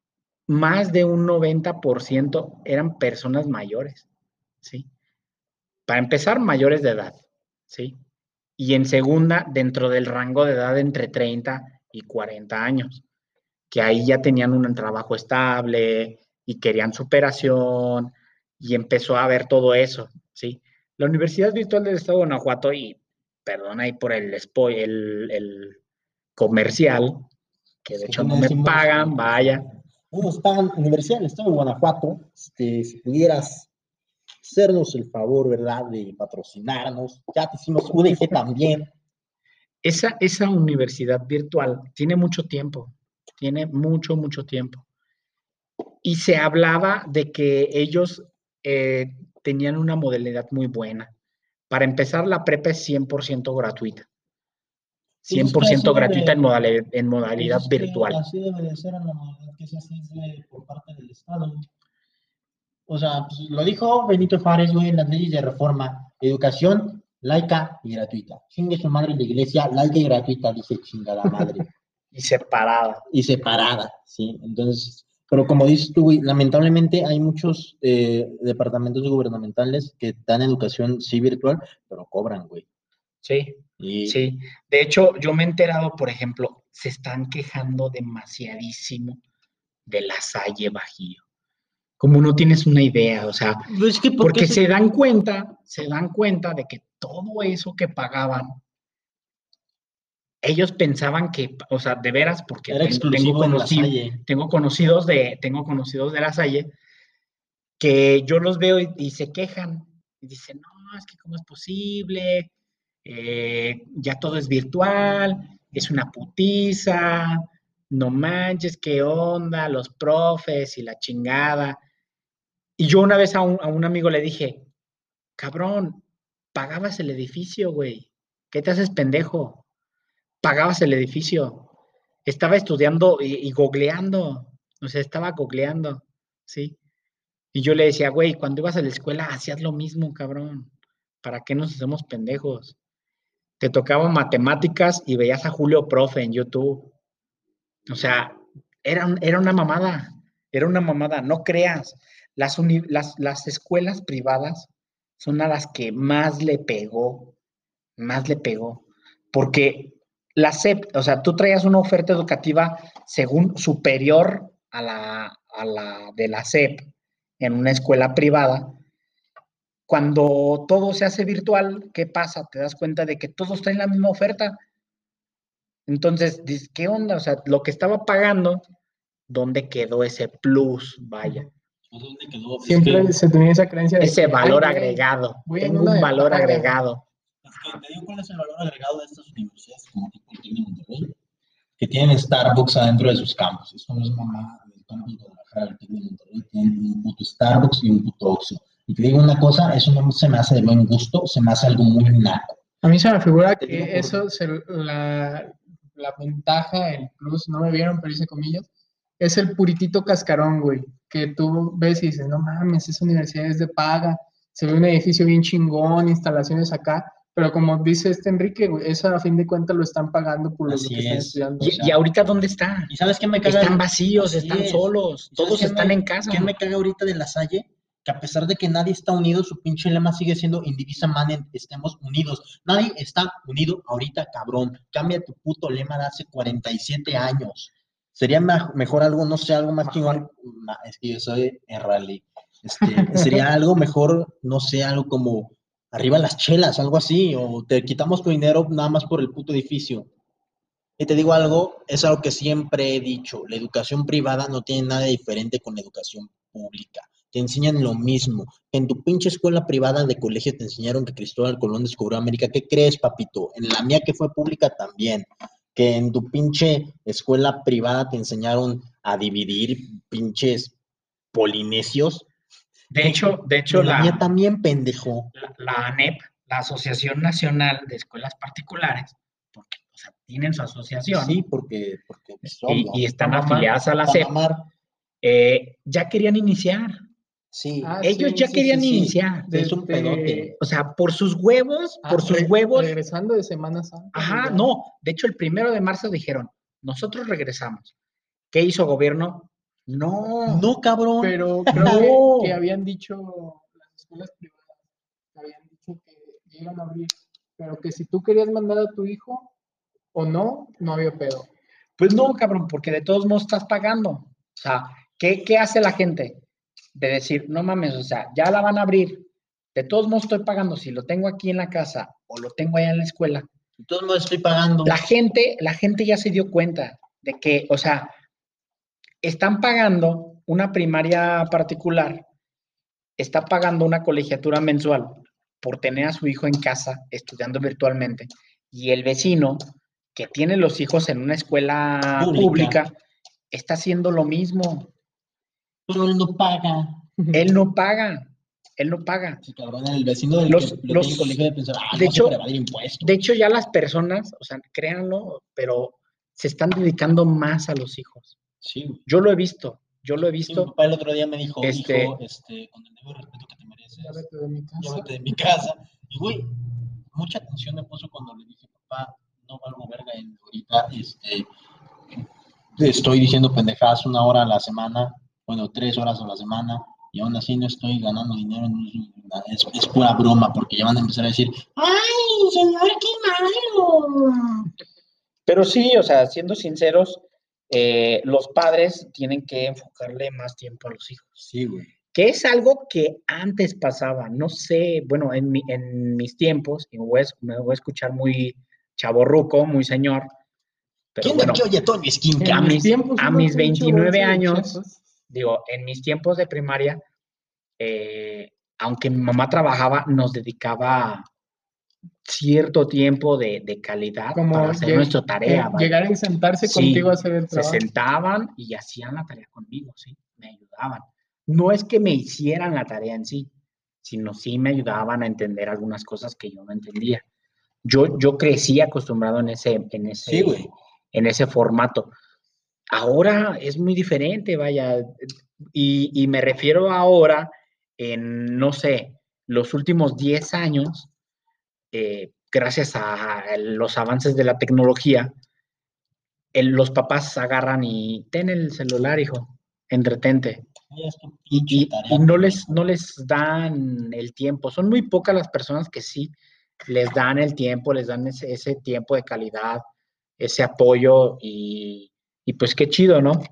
más de un noventa por ciento eran personas mayores, ¿sí? Para empezar, mayores de edad, ¿sí? Y en segunda, dentro del rango de edad entre treinta y cuarenta años, que ahí ya tenían un trabajo estable y querían superación y empezó a ver todo eso, ¿sí? La Universidad Virtual del Estado de Guanajuato, y perdón ahí por el, spoil, el, el comercial, que de Es que hecho aquí no no me decimos, pagan, eh, vaya. No nos pagan. Universidad del Estado de Guanajuato, este, si pudieras hacernos el favor, ¿verdad?, de patrocinarnos. Ya te hicimos U D G también. Esa, esa universidad virtual tiene mucho tiempo, tiene mucho, mucho tiempo. Y se hablaba de que ellos eh, tenían una modalidad muy buena. Para empezar, la prepa es cien por ciento gratuita. Pues es que así cien por ciento gratuita debe, en modalidad, en pues modalidad es que virtual. así debe de ser en la modalidad que se hace de- por parte del Estado. O sea, pues lo dijo Benito Juárez, güey, en las leyes de reforma. Educación laica y gratuita. Chingue su madre la iglesia, laica y gratuita, dice chingada madre. Y separada. Y separada, ¿sí? Entonces, pero como dices tú, güey, lamentablemente hay muchos eh, departamentos gubernamentales que dan educación sí virtual, pero cobran, güey. Sí, Y sí. De hecho, yo me he enterado, por ejemplo, se están quejando demasiadísimo de la Salle Bajío. Como no tienes una idea, o sea, pues es que ¿por qué porque se- se dan cuenta, se dan cuenta de que todo eso que pagaban, ellos pensaban que, o sea, de veras, porque era tengo, tengo, exclusivo en la conocí, Salle? tengo conocidos de, tengo conocidos de la Salle, que yo los veo y, y se quejan, y dicen, no, es que cómo es posible, eh, ya todo es virtual, es una putiza, no manches, qué onda, los profes y la chingada. Y yo una vez a un, a un amigo le dije, cabrón, pagabas el edificio, güey. ¿Qué te haces pendejo? Pagabas el edificio. Estaba estudiando y, y googleando. O sea, estaba googleando, ¿sí? Y yo le decía, güey, cuando ibas a la escuela hacías lo mismo, cabrón. ¿Para qué nos hacemos pendejos? Te tocaban matemáticas y veías a Julio Profe en YouTube. O sea, era, un- era una mamada. Era una mamada. No creas. Las, uni- las, las escuelas privadas son a las que más le pegó, más le pegó. Porque la S E P, o sea, tú traías una oferta educativa según superior a la, a la de la S E P en una escuela privada. Cuando todo se hace virtual, ¿qué pasa? Te das cuenta de que todos traen la misma oferta. Entonces, dices, ¿qué onda? O sea, lo que estaba pagando, ¿dónde quedó ese plus? Vaya. ¿Dónde quedó? Es Siempre que, se tenía esa creencia de Ese que, ay, valor güey, agregado. voy en Tengo una un de valor paga. agregado. es que te digo cuál es el valor agregado de estas universidades como tipo el TEC de Monterrey, que tienen Starbucks adentro de sus campus. Eso no es mamá del campus de Guadalajara, el TEC de Monterrey, tienen un puto Starbucks y un puto Oxxo. Y te digo una cosa, eso no se me hace de buen gusto, se me hace algo muy naco. A mí se me figura Te digo que por- eso, se, la, la ventaja, el plus, no me vieron, pero hice comillas, es el puritito cascarón, güey, que tú ves y dices, no mames, esa universidad es de paga, se ve un edificio bien chingón, instalaciones acá, pero como dice este Enrique, güey, eso a fin de cuentas lo están pagando por los Así que están es. estudiando. O ¿Y, sea, y ahorita dónde está? ¿y sabes qué me caga? Están vacíos, Así están es. solos, ¿Y sabes todos qué están me, en casa. qué me caga ahorita de la Salle? que a pesar de que nadie está unido, su pinche lema sigue siendo Indivisa Manet, estemos unidos. Nadie está unido ahorita, cabrón. Cambia tu puto lema de hace cuarenta y siete años. Sería ma- mejor algo, no sé, algo más chingón. Ma- Es que yo soy rally. Este, sería algo mejor, no sé, algo como arriba las chelas, algo así, o te quitamos tu dinero nada más por el puto edificio. Y te digo algo, es algo que siempre he dicho, la educación privada no tiene nada diferente con la educación pública. Te enseñan lo mismo. En tu pinche escuela privada de colegio te enseñaron que Cristóbal Colón descubrió América. ¿Qué crees, papito? En la mía que fue pública también. Que en tu pinche escuela privada te enseñaron a dividir pinches polinesios. De hecho, de hecho En la mía la, también, pendejo. la, la ANEP, la Asociación Nacional de Escuelas Particulares, porque o sea, tienen su asociación Sí, porque, porque pues, y, obvio. y están Pa' mamar, afiliadas a la Para SEP, mamar. eh, ya querían iniciar. Sí. Ah, Ellos sí, ya sí, querían sí, sí. iniciar. Es un Desde- pedote. O sea, por sus huevos, Ah, por sus re- huevos. Regresando de Semana Santa. Ajá, ya. no. De hecho, el primero de marzo dijeron, nosotros regresamos. ¿Qué hizo gobierno? No. No, cabrón. Pero creo No. que, que habían dicho las escuelas privadas, que habían dicho que iban a abrir, pero que si tú querías mandar a tu hijo o no, no había pedo. Pues no, cabrón, porque de todos modos estás pagando. O sea, ¿qué, qué hace la gente? De decir, no mames, o sea, ya la van a abrir. De todos modos estoy pagando. Si lo tengo aquí en la casa o lo tengo allá en la escuela. De todos modos estoy pagando. La gente, la gente ya se dio cuenta de que, o sea, están pagando una primaria particular, está pagando una colegiatura mensual por tener a su hijo en casa estudiando virtualmente y el vecino que tiene los hijos en una escuela Pública. pública, está haciendo lo mismo. Pero él no paga. Él no paga, él no paga. Sí, cabrón, el vecino del Los- que lo los- tiene en colegio de pensar, ah, de no hecho- sé para evadir impuestos. De hecho, ya las personas, o sea, créanlo, pero se están dedicando más a los hijos. Sí, güey. Yo lo he visto, yo lo he Sí, mi visto. papá el otro día me dijo, Este- hijo, este, con el debido respeto que te mereces, Ya vete de mi ya casa. vete de mi casa. Y, güey, mucha atención me puso cuando le dije, papá, no valgo verga en ahorita, este, estoy diciendo pendejadas una hora a la semana, bueno, tres horas a la semana, y aún así no estoy ganando dinero, no es, es, es pura broma, porque ya van a empezar a decir, ¡ay, señor, qué malo! Pero sí, o sea, siendo sinceros, eh, los padres tienen que enfocarle más tiempo a los hijos. Sí, güey. Que es algo que antes pasaba, no sé, bueno, en, mi, en mis tiempos, y me voy, a, me voy a escuchar muy chavorruco, muy señor, pero ¿Quién bueno, te oye Tony Skin? En a mis mis, tiempos, a una mis pinche veintinueve bolsa de años, chetos. digo, en mis tiempos de primaria, eh, aunque mi mamá trabajaba, nos dedicaba cierto tiempo de, de calidad Como para hacer lleg- nuestra tarea. eh, vaya. llegar y sentarse Sí, contigo a hacer el se trabajo. sentaban y hacían la tarea conmigo, sí, me ayudaban. No es que me hicieran la tarea en sí, sino sí me ayudaban a entender algunas cosas que yo no entendía. Yo, yo crecí acostumbrado en ese, en ese, Sí, güey. en ese formato. Ahora es muy diferente, vaya, y, y me refiero ahora en, no sé, los últimos diez años, eh, gracias a los avances de la tecnología, el- los papás agarran y ten el celular, hijo, entretente. Ay, es tu Y, pinche y- tarea, y no, les, pendejo. no les dan el tiempo. Son muy pocas las personas que sí les dan el tiempo, les dan ese, ese tiempo de calidad, ese apoyo y, y pues qué chido, ¿no?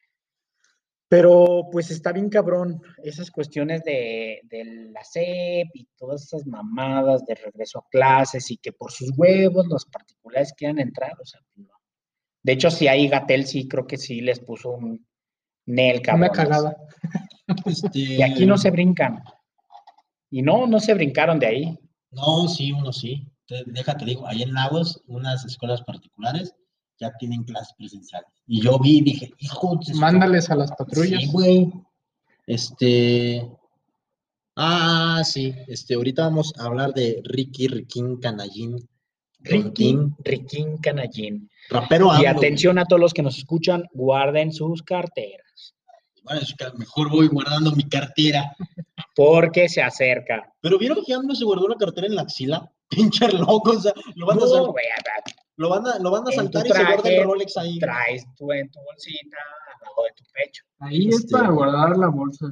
Pero pues está bien cabrón esas cuestiones de, de la SEP y todas esas mamadas de regreso a clases y que por sus huevos los particulares quieran entrar, o sea, no. De hecho, sí, ahí Gatell sí creo que sí les puso un Nel, Una cabrones. cagada. Este, Y aquí no se brincan. Y no, no se brincaron de ahí. No, sí, uno sí. Te- déjate digo, ahí en Lagos, unas escuelas particulares ya tienen clases presenciales. Y yo vi y dije, hijo de su- Mándales a las patrullas. Sí, güey. Este. Ah, sí. Este, ahorita vamos a hablar de Ricky, Riquín, Canallín, Ricky, Tontín, Riquín Canallín. rapero Y AMLO, atención a todos los que nos escuchan, guarden sus carteras, güey. Bueno, es que mejor voy guardando mi cartera. porque se acerca. Pero ¿vieron que AMLO se guardó la cartera en la axila? Pinche loco, o sea, lo van a, No, sal- güey, a ver, lo van a, lo van a en saltar tu y se guarda el traje Rolex ahí. traes tú en tu bolsita al lado de tu pecho. Ahí Este- es para guardar la bolsa.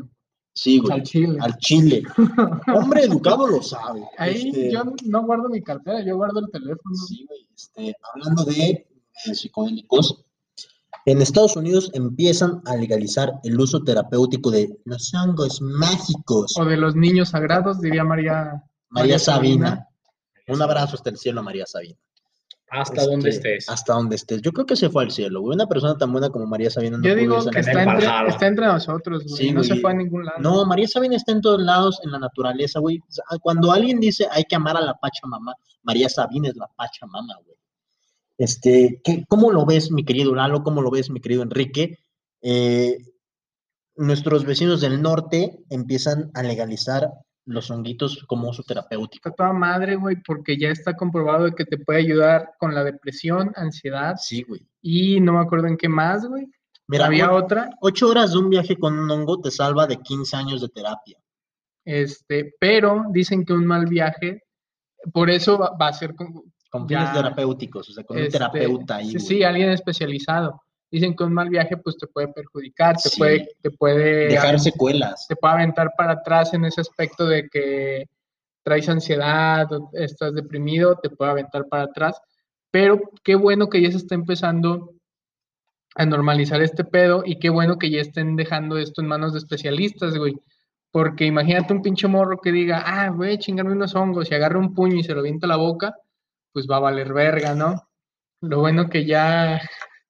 Sí, güey. Al chile. Al chile. Hombre educado lo sabe. Ahí Este, yo no guardo mi cartera, yo guardo el teléfono. Sí, güey. Este, hablando de eh, psicodélicos, en Estados Unidos empiezan a legalizar el uso terapéutico de los hongos mágicos. O de los niños sagrados, diría María, María Sabina. Un abrazo hasta el cielo, María Sabina. Hasta Este, donde estés. Hasta donde estés. Yo creo que se fue al cielo, güey. Una persona tan buena como María Sabina no Yo pudo digo irse al que cielo. está entre, Valhalla. está entre nosotros, güey. Sí, no se güey. fue a ningún lado. No, María Sabina está en todos lados, en la naturaleza, güey. O sea, cuando alguien dice hay que amar a la Pachamama, María Sabina es la Pachamama, güey. Este, ¿qué, ¿cómo lo ves, mi querido Lalo? ¿Cómo lo ves, mi querido Enrique? Eh, nuestros vecinos del norte empiezan a legalizar los honguitos como uso terapéutico. Está toda madre, güey, porque ya está comprobado de que te puede ayudar con la depresión, ansiedad. Sí, güey. Y no me acuerdo en qué más, güey. Mira, había o- otra, Ocho horas de un viaje con un hongo te salva de quince años de terapia. este, pero dicen que un mal viaje, por eso va, va a ser con, Con fines ya, terapéuticos, o sea, con un este, terapeuta ahí, sí, güey. sí, alguien especializado. Dicen que un mal viaje, pues, te puede perjudicar, te Sí. puede, te puede, Dejar aven- secuelas. te puede aventar para atrás en ese aspecto de que traes ansiedad, o estás deprimido, te puede aventar para atrás. Pero qué bueno que ya se está empezando a normalizar este pedo y qué bueno que ya estén dejando esto en manos de especialistas, güey. Porque imagínate un pinche morro que diga, ah, voy a chingarme unos hongos y agarra un puño y se lo avienta a la boca, pues va a valer verga, ¿no? Lo bueno que ya,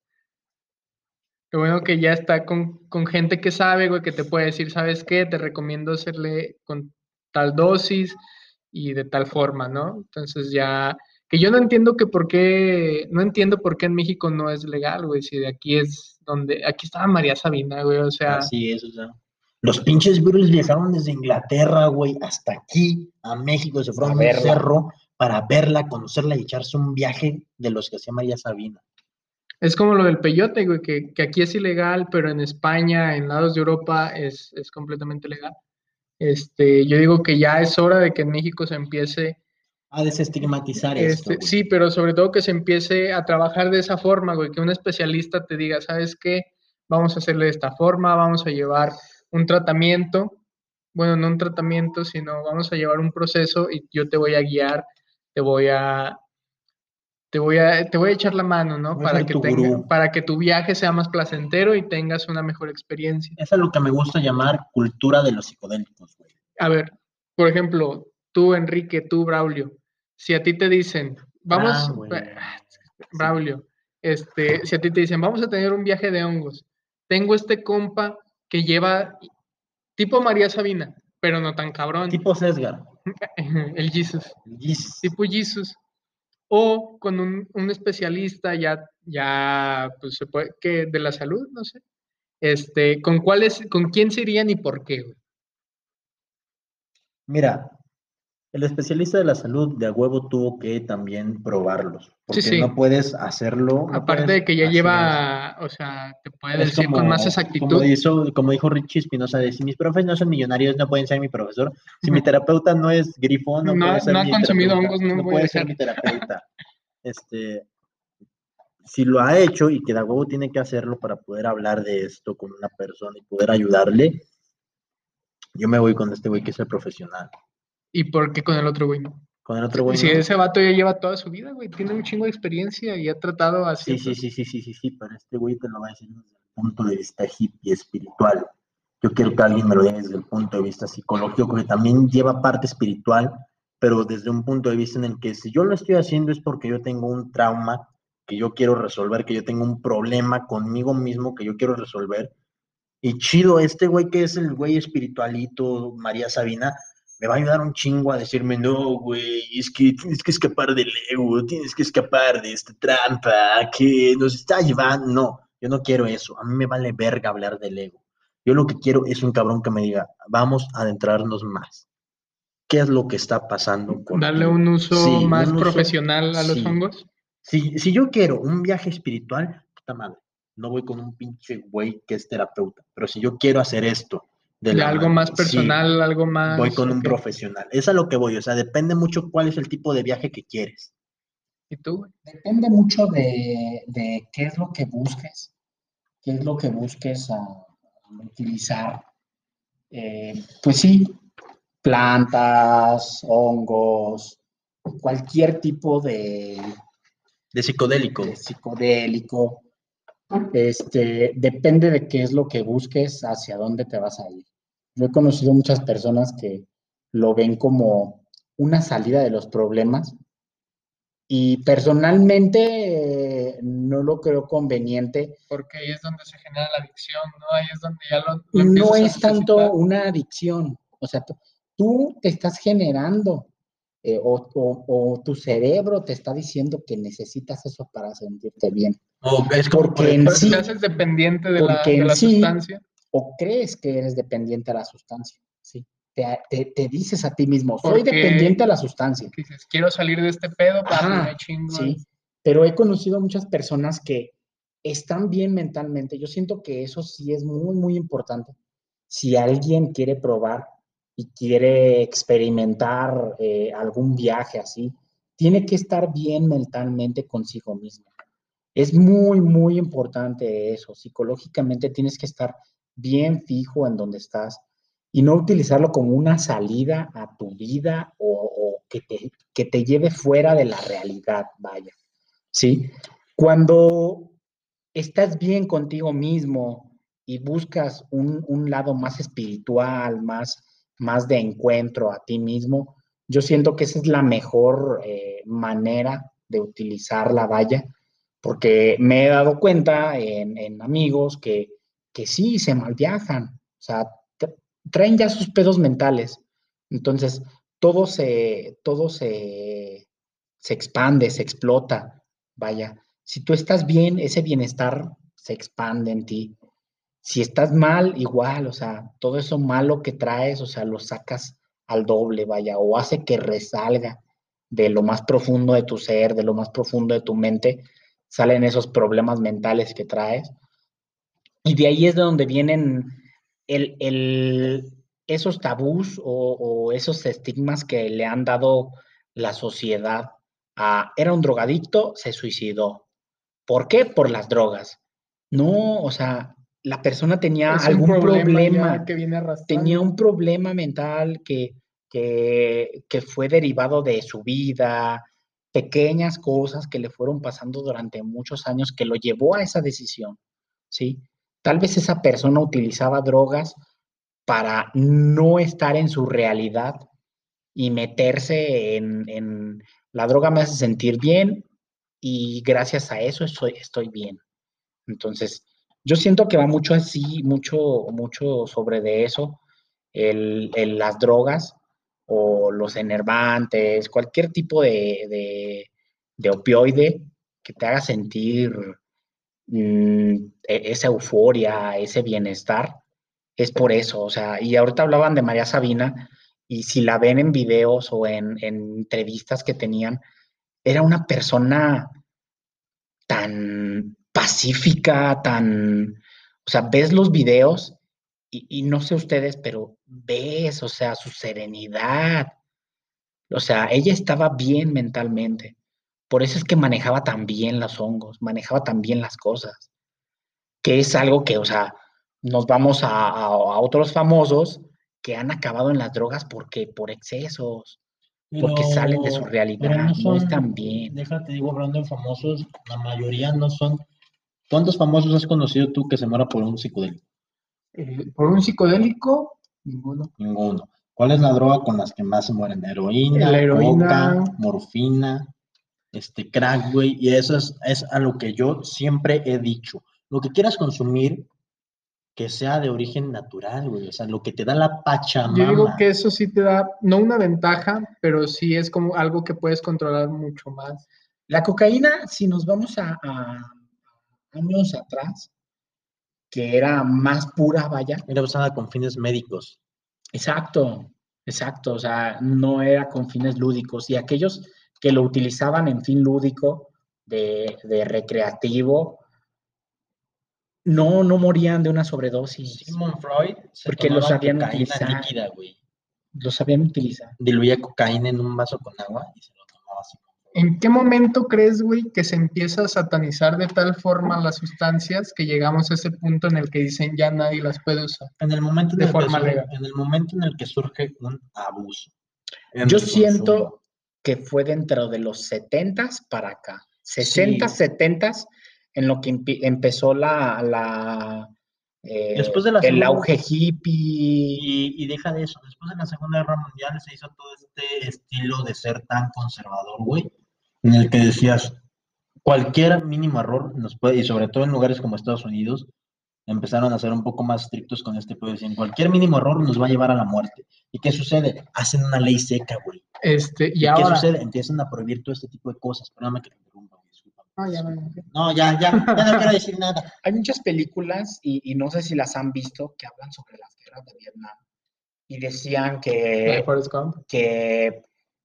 lo bueno que ya está con, con gente que sabe, güey, que te puede decir, ¿sabes qué? Te recomiendo hacerle con tal dosis y de tal forma, ¿no? Entonces ya, que yo no entiendo que por qué, no entiendo por qué en México no es legal, güey, si de aquí es donde, aquí estaba María Sabina, güey, o sea, Así es, o sea. Los pinches Beatles viajaron desde Inglaterra, güey, hasta aquí, a México, se fueron A a un verla. cerro para verla, conocerla y echarse un viaje de los que hacía María Sabina. es como lo del peyote, güey, que, que aquí es ilegal, pero en España, en lados de Europa, es, es completamente legal. Este, yo digo que ya es hora de que en México se empiece, A desestigmatizar esto, este, güey. sí, pero sobre todo que se empiece a trabajar de esa forma, güey, que un especialista te diga, ¿sabes qué? Vamos a hacerle de esta forma, vamos a llevar un tratamiento, bueno, no un tratamiento, sino vamos a llevar un proceso y yo te voy a guiar, te voy a, te voy a, te voy a echar la mano, ¿no? Voy a Para ser que tu tenga, gurú. para que tu viaje sea más placentero y tengas una mejor experiencia. Eso es lo que me gusta llamar cultura de los psicodélicos, güey. A ver, por ejemplo, tú, Enrique, tú, Braulio, si a ti te dicen, vamos, Ah, güey. Braulio, este, si a ti te dicen, vamos a tener un viaje de hongos, tengo este compa que lleva tipo María Sabina, pero no tan cabrón, Tipo Sesgar. el Jesus, Yes. tipo Jesus, o con un, un especialista ya, ya, pues se puede, que de la salud, no sé, este, ¿con cuáles, con quién se irían y por qué, güey? Mira, el especialista de la salud de a huevo tuvo que también probarlos, porque Sí, sí. no puedes hacerlo. No Aparte puedes de que ya hacer lleva, o sea, te puede eso. Es decir con más como, como, exactitud. hizo, como dijo Richie Espinosa, de si mis profes no son millonarios, no pueden ser mi profesor. Si mi terapeuta no es grifo, no, No, puede ser no ha mi consumido terapeuta. hongos, no No voy a puede ser dejar. mi terapeuta. Este, si lo ha hecho y que de a huevo tiene que hacerlo para poder hablar de esto con una persona y poder ayudarle, yo me voy con este güey que es el profesional. ¿Y por qué con el otro güey no? Con el otro güey Si no. ese vato ya lleva toda su vida, güey, tiene un chingo de experiencia y ha tratado a Sí, sí, ciertos... sí, sí, sí, sí, sí, pero este güey te lo va a decir desde el punto de vista hippie espiritual. Yo quiero que alguien me lo diga desde el punto de vista psicológico, que también lleva parte espiritual, pero desde un punto de vista en el que si yo lo estoy haciendo es porque yo tengo un trauma que yo quiero resolver, que yo tengo un problema conmigo mismo que yo quiero resolver. Y chido, este güey que es el güey espiritualito, María Sabina, me va a ayudar un chingo a decirme, no, güey, es que tienes que escapar del ego, tienes que escapar de esta trampa que nos está llevando. No, yo no quiero eso, a mí me vale verga hablar del ego. Yo lo que quiero es un cabrón que me diga, vamos a adentrarnos más. ¿Qué es lo que está pasando con Darle un uso sí, más un uso, profesional a los sí. hongos. Si, si yo quiero un viaje espiritual, puta madre, no voy con un pinche güey que es terapeuta, pero si yo quiero hacer esto de, De la algo man- más sí, personal, algo más... voy con un ok. profesional. Es a lo que voy, o sea, depende mucho cuál es el tipo de viaje que quieres. ¿Y tú, güey? Depende mucho de, de qué es lo que busques, qué es lo que busques a, a utilizar. eh, pues sí, plantas, hongos, cualquier tipo de, De psicodélico. de psicodélico. Este, depende de qué es lo que busques, hacia dónde te vas a ir. Yo he conocido muchas personas que lo ven como una salida de los problemas y personalmente eh, no lo creo conveniente. Porque ahí es donde se genera la adicción, ¿no? Ahí es donde ya lo, lo No empiezas a es tanto necesitar. una adicción, o sea, tú, tú te estás generando eh, o, o- o tu cerebro te está diciendo que necesitas eso para sentirte bien. O es como, por Porque en ejemplo, Pero te sí, haces dependiente de la, porque de en la sí, sustancia. o crees que eres dependiente a la sustancia, ¿sí? Te, te- te dices a ti mismo, soy Porque dependiente a la sustancia. que dices, quiero salir de este pedo, para pues me Ajá, chingo. sí, pero he conocido a muchas personas que están bien mentalmente. Yo siento que eso sí es muy, muy importante. Si alguien quiere probar y quiere experimentar eh, algún viaje así, tiene que estar bien mentalmente consigo mismo. Es muy, muy importante eso. Psicológicamente tienes que estar bien fijo en donde estás y no utilizarlo como una salida a tu vida o, o que, te, que te lleve fuera de la realidad, vaya. ¿Sí? Cuando estás bien contigo mismo y buscas un, un lado más espiritual, más, más de encuentro a ti mismo, yo siento que esa es la mejor eh, manera de utilizar la valla, porque me he dado cuenta en, en amigos que, que sí se malviajan, o sea, tra- traen ya sus pedos mentales, entonces todo se, todo se, se expande, se explota, vaya. Si tú estás bien, ese bienestar se expande en ti. Si estás mal, igual, o sea, todo eso malo que traes, o sea, lo sacas al doble, vaya, o hace que resalga de lo más profundo de tu ser, de lo más profundo de tu mente, salen esos problemas mentales que traes. Y de ahí es de donde vienen el, el, esos tabús o, o esos estigmas que le han dado la sociedad a, era un drogadicto, se suicidó. ¿Por qué? Por las drogas. No, o sea, la persona tenía Es un algún problema ya problema, que viene tenía arrastrando. un problema mental que, que, que fue derivado de su vida, pequeñas cosas que le fueron pasando durante muchos años que lo llevó a esa decisión, ¿sí? Tal vez esa persona utilizaba drogas para no estar en su realidad y meterse en, en la droga me hace sentir bien y gracias a eso estoy, estoy bien. Entonces, yo siento que va mucho así, mucho, mucho sobre de eso, el, el, las drogas o los enervantes, cualquier tipo de, de, de opioide que te haga sentir mmm, esa euforia, ese bienestar, es por eso, o sea, y ahorita hablaban de María Sabina, y si la ven en videos o en, en entrevistas que tenían, era una persona tan pacífica, tan, o sea, ves los videos y, y no sé ustedes, pero ves, o sea, su serenidad, o sea, ella estaba bien mentalmente. Por eso es que manejaba tan bien los hongos, manejaba tan bien las cosas, que es algo que, o sea, nos vamos a, a, a otros famosos que han acabado en las drogas porque por excesos, porque salen de su Pero, pero realidad, no no son, están bien. déjate, digo, hablando en famosos, la mayoría no son. ¿Cuántos famosos has conocido tú que se muera por un psicodélico? Eh, por un psicodélico, ninguno. Ninguno. ¿Cuál es la droga con las que más se mueren? La Heroína, coca, heroína, morfina, este crack, güey, y eso es, es a lo que yo siempre he dicho. Lo que quieras consumir, que sea de origen natural, güey, o sea, lo que te da la yo digo Pachamama. que eso sí te da, no una ventaja, pero sí es como algo que puedes controlar mucho más. La cocaína, si nos vamos a, a años atrás, que era más pura, vaya. Era usada con fines médicos. Exacto, exacto, o sea, no era con fines lúdicos. Y aquellos que lo utilizaban en fin lúdico, de, de recreativo, no, no morían de una sobredosis, Sigmund Freud se porque lo tomaba sabían cocaína utilizar, líquida, güey. lo sabían utilizar. Diluía cocaína en un vaso con agua y se lo tomaba así. ¿En qué momento crees, güey, que se empieza a satanizar de tal forma las sustancias que llegamos a ese punto en el que dicen ya nadie las puede usar? En el momento en, De el, que forma surge, legal. en el momento en el que surge un abuso. en Yo el siento consumo. que fue dentro de los setentas para acá. sesentas, Sí. setentas, en lo que empe- empezó la, la eh, Después de la el segunda- auge hippie. Y, y deja de eso, después de la Segunda Guerra Mundial se hizo todo este estilo de ser tan conservador, güey, en el que decías, cualquier mínimo error nos puede, y sobre todo en lugares como Estados Unidos, empezaron a ser un poco más estrictos con este pedo, decían, cualquier mínimo error nos va a llevar a la muerte. ¿Y qué sucede? Hacen una ley seca, güey. Este, y, ¿Y, ahora. qué sucede? Empiezan a prohibir todo este tipo de cosas. Perdóname que te interrumpa, güey, disculpa. No, ya, no, No, ya, ya, ya no quiero decir nada. Hay muchas películas, y, y no sé si las han visto, que hablan sobre las guerras de Vietnam. Y decían La de que, Forrest Gump. que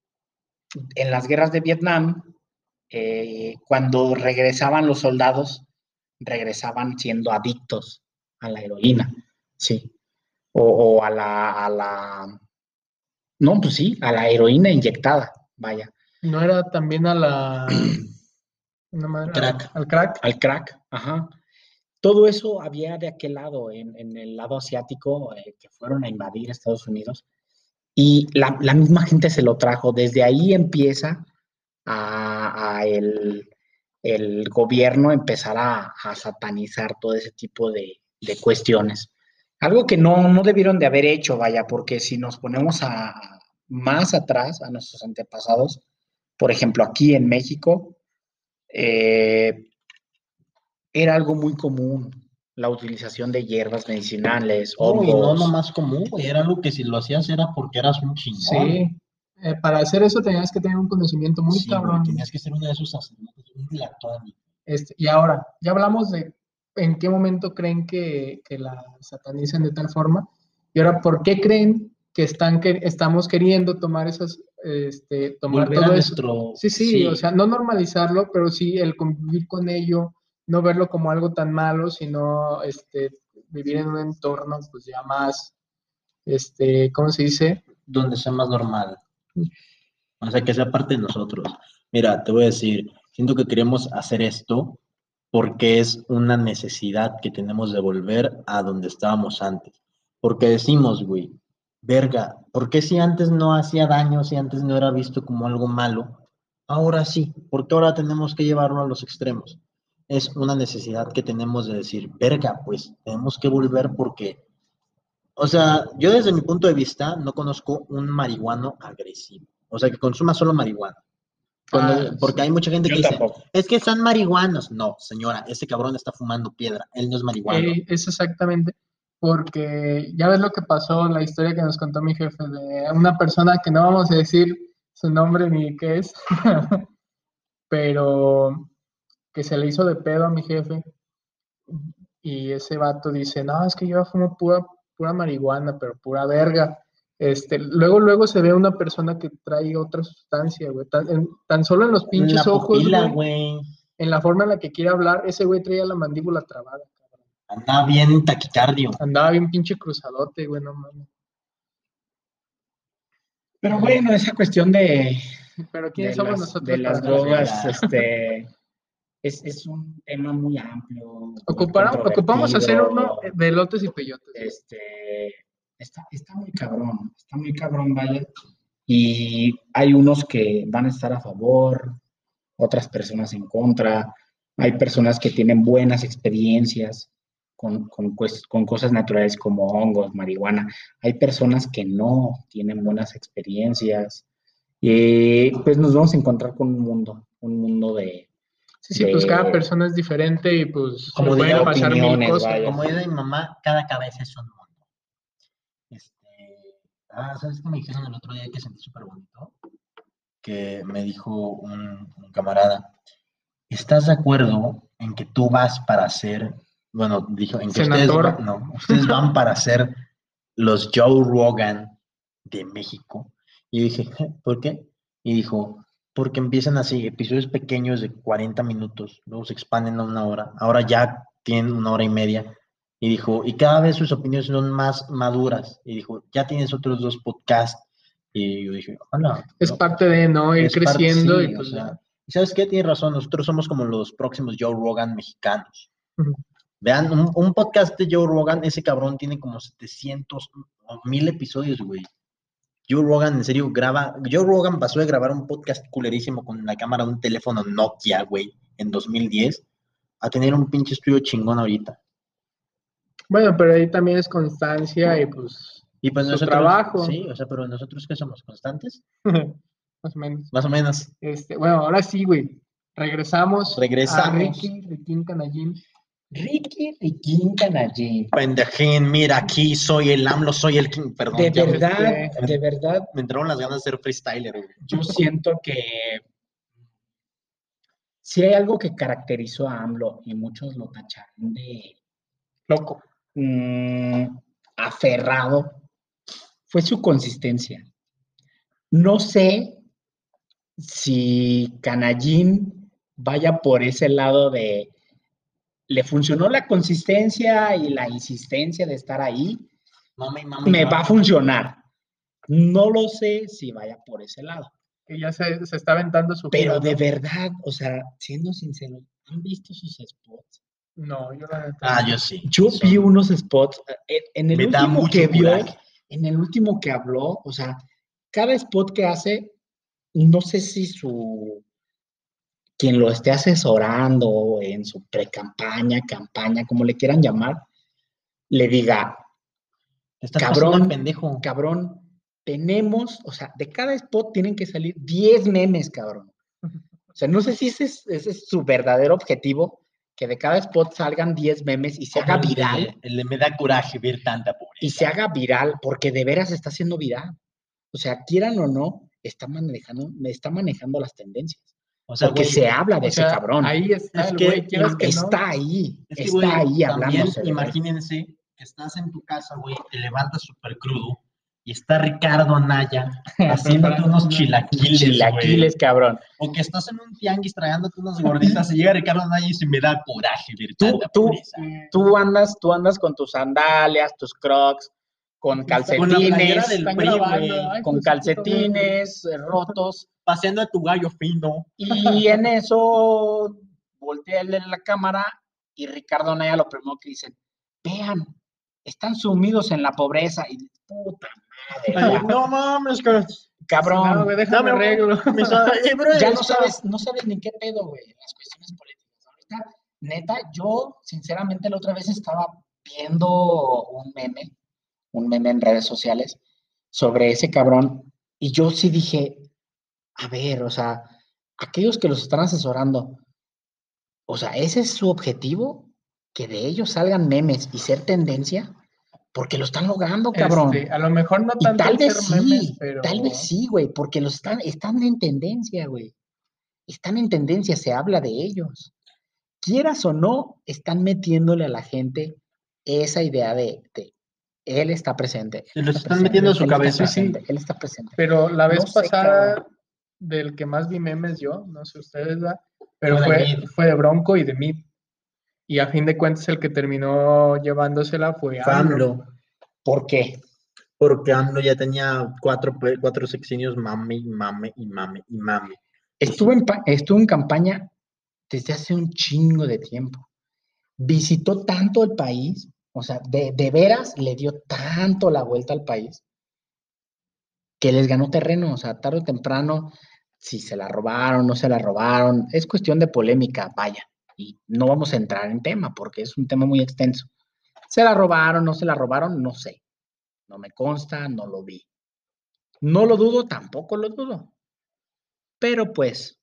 en las guerras de Vietnam, eh, cuando regresaban los soldados, regresaban siendo adictos a la heroína, sí, o, o a, la, a la, no, pues sí, a la heroína inyectada, vaya. ¿No era también a la... una madre- Crack. al crack? Al crack, ajá. Todo eso había de aquel lado, en, en el lado asiático, eh, que fueron a invadir Estados Unidos, y la, la misma gente se lo trajo. Desde ahí empieza a, a el, el gobierno empezar a, a satanizar todo ese tipo de, de cuestiones. Algo que no, no debieron de haber hecho, vaya, porque si nos ponemos a, a más atrás, a nuestros antepasados, por ejemplo, aquí en México, eh, era algo muy común la utilización de hierbas medicinales, Oh, y no hongos. nomás común, güey, era algo que si lo hacías era porque eras un chingón. Sí. Eh, para hacer eso tenías que tener un conocimiento muy Sí, güey, cabrón. tenías que ser uno de esos sacerdotes, un latón. Este, y ahora, ya hablamos de en qué momento creen que, que la satanicen de tal forma. Y ahora, ¿por qué creen que están que estamos queriendo tomar esas, este, tomar Volver a todo eso? nuestro... Sí, sí, o sea, no normalizarlo, pero sí el convivir con ello, no verlo como algo tan malo, sino este, vivir en un entorno pues ya más, este, ¿cómo se dice? donde sea más normal. O sea, que sea parte de nosotros. Mira, te voy a decir, siento que queremos hacer esto porque es una necesidad que tenemos de volver a donde estábamos antes. Porque decimos, güey, verga, ¿por qué si antes no hacía daño, si antes no era visto como algo malo? Ahora sí, porque ahora tenemos que llevarlo a los extremos. Es una necesidad que tenemos de decir, verga, pues tenemos que volver porque, o sea, yo desde mi punto de vista no conozco un marihuano agresivo. O sea, que consuma solo marihuana. Cuando, Ah, porque sí. hay mucha gente Yo que dice, tampoco. es que son marihuanos. No, señora, ese cabrón está fumando piedra. Él no es marihuano. Eh, es exactamente, porque ya ves lo que pasó, la historia que nos contó mi jefe de una persona que no vamos a decir su nombre ni qué es, pero que se le hizo de pedo a mi jefe y ese vato dice, no, es que yo fumo pura, pura marihuana, pero pura verga. Este, luego, luego se ve una persona que trae otra sustancia, güey, tan, en- tan solo en los La pinches ojos, pupila, güey, güey. en la forma en la que quiere hablar, ese güey traía la mandíbula trabada, cabrón. Anda bien taquicardio. Andaba bien pinche cruzadote, güey, no mames. Pero bueno, esa cuestión de, Pero de, ¿quiénes somos las, nosotros de las para drogas, juzgar? este, es, es un tema muy amplio, muy Ocupar, ocupamos hacer uno controvertido, de lotes y peyotes. este, está, está muy cabrón, está muy cabrón, vaya. Y hay unos que van a estar a favor, otras personas en contra. Hay personas que tienen buenas experiencias con, con, cues- con cosas naturales como hongos, marihuana. Hay personas que no tienen buenas experiencias. Y pues nos vamos a encontrar con un mundo, un mundo de, Sí, sí, pues cada de persona es diferente y pues Como le diría pueden pasar mil opiniones, cosas. vaya. Como dice mi mamá, cada cabeza es un mundo. Este, ah, ¿sabes qué me dijeron el otro día que sentí súper bonito? Que me dijo un, un camarada, ¿estás de acuerdo en que tú vas para ser, bueno, dijo, en que ustedes, Senador. va- no, ustedes van para ser los Joe Rogan de México? Y yo dije, ¿por qué? Y dijo, porque empiezan así, episodios pequeños de cuarenta minutos, luego se expanden a una hora, ahora ya tienen una hora y media. Y dijo, y cada vez sus opiniones son más maduras. Y dijo, ya tienes otros dos podcasts, Y yo dije, hola. Es no, parte de, ¿no? Ir es parte- creciendo sí, y o pues sea, ¿sabes qué? Tienes razón, nosotros somos como los próximos Joe Rogan mexicanos. ya. Vean, un, un podcast de Joe Rogan, ese cabrón tiene como setecientos o mil episodios, güey. Joe Rogan, en serio, graba. Joe Rogan pasó de grabar un podcast culerísimo con la cámara de un teléfono Nokia, güey, en dos mil diez, a tener un pinche estudio chingón ahorita. Bueno, pero ahí también es constancia y pues Y pues su nosotros, trabajo. sí, o sea, pero nosotros ¿qué somos? ¿Constantes? Más o menos. Más o menos. Este, bueno, ahora sí, güey. Regresamos, Regresamos. a Ricky, Riquín Canallín. Ricky Riquín Canallín. Pendejín, mira, aquí soy el AMLO, soy el King, perdón. De ya me- verdad, este, de verdad, Me entraron las ganas de ser freestyler, güey. yo siento que si hay algo que caracterizó a AMLO y muchos lo tacharon de Loco. mm, aferrado, fue su consistencia. No sé si Canallín vaya por ese lado de le funcionó la consistencia y la insistencia de estar ahí, Mami, mami, me mami. va a funcionar. No lo sé si vaya por ese lado. Que ya se, se está aventando su Pero gira, de ¿no? verdad, o sea, siendo sincero, ¿han visto sus spots? No, yo la neta. Ah, yo sí. Yo Son- vi unos spots, eh, en el Me da último mucho que vio, coraje. en el último que habló, o sea, cada spot que hace, no sé si su, quien lo esté asesorando en su pre-campaña, campaña, como le quieran llamar, le diga, Te estás cabrón, pasando de pendejo. cabrón, tenemos, o sea, de cada spot tienen que salir diez memes, cabrón. O sea, no sé si ese es, ese es su verdadero objetivo, que de cada spot salgan diez memes y se haga Como el de- viral, el de me da coraje ver tanta pobreza. y se haga viral, porque de veras está haciendo viral. O sea, quieran o no, está manejando, está manejando las tendencias. O sea, Porque güey, se habla de O ese sea, cabrón. ahí está Es el que güey, quieras que no. Está ahí, es que, está güey, ahí también hablándose de él. imagínense que estás en tu casa, güey, te levantas súper crudo y está Ricardo Anaya haciéndote unos chilaquiles, Chilaquiles, güey. cabrón. O que estás en un tianguis tragándote unas gorditas y llega Ricardo Anaya y se me da coraje ver Tú, tanta tú, pobreza. tú andas, tú andas con tus sandalias, tus crocs, con Con la playera calcetines, del Están P R I, grabando, güey. ay, con pues, sí, puta madre. calcetines eh, rotos, Paseando a tu gallo fino. y en eso voltea él en la cámara y Ricardo Anaya lo primero que dice, vean, están sumidos en la pobreza, y puta madre, Ay, ya, no mames, cabrón. cabrón, No, güey, déjame Dame, arreglo. mis- eh, bro, ya no está- sabes, no sabes ni qué pedo, güey, en las cuestiones políticas. Ahorita, neta, yo, sinceramente, la otra vez estaba viendo un meme, un meme en redes sociales, sobre ese cabrón, y yo sí dije, a ver, o sea, aquellos que los están asesorando, o sea, ese es su objetivo, que de ellos salgan memes y ser tendencia, porque lo están logrando, cabrón. Este, a lo mejor no Y tanto tal el vez ser sí, memes, pero tal vez sí, güey, porque los están, están en tendencia, güey. Están en tendencia, se habla de ellos. Quieras o no, están metiéndole a la gente esa idea de, de él está presente. Se él los está están presente, metiendo a su él está cabeza. presente, él está presente. Pero la vez No sé, pasada, cabrón. del que más vi memes yo, no sé ustedes, ¿verdad? Pero Fue de fue, Mid. fue de Bronco y de Mid. Y a fin de cuentas, el que terminó llevándosela fue Fue AMLO. AMLO. ¿Por qué? Porque AMLO ya tenía cuatro, pe- cuatro sexenios mame y mame y mame y mame. Estuvo en, pa- estuvo en campaña desde hace un chingo de tiempo. Visitó tanto el país, o sea, de, de veras le dio tanto la vuelta al país, que les ganó terreno, o sea, tarde o temprano, si se la robaron, no se la robaron, es cuestión de polémica, vaya, y no vamos a entrar en tema porque es un tema muy extenso. ¿Se la robaron, no se la robaron? No sé, no me consta, no lo vi. No lo dudo, tampoco lo dudo. Pero pues,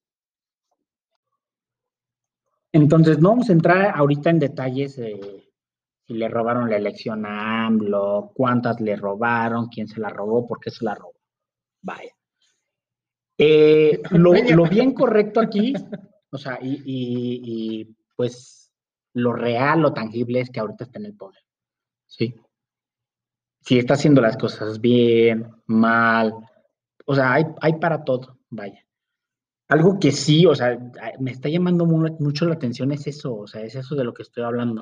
entonces no vamos a entrar ahorita en detalles de si le robaron la elección a AMLO, cuántas le robaron, quién se la robó, por qué se la robó. Vaya. Eh, lo, lo bien correcto aquí, o sea, y, y, y, pues lo real, lo tangible es que ahorita está en el poder. Sí. Si está haciendo las cosas bien, mal, o sea, hay, hay para todo, vaya. Algo que sí, o sea, me está llamando mu- mucho la atención es eso, o sea, es eso de lo que estoy hablando.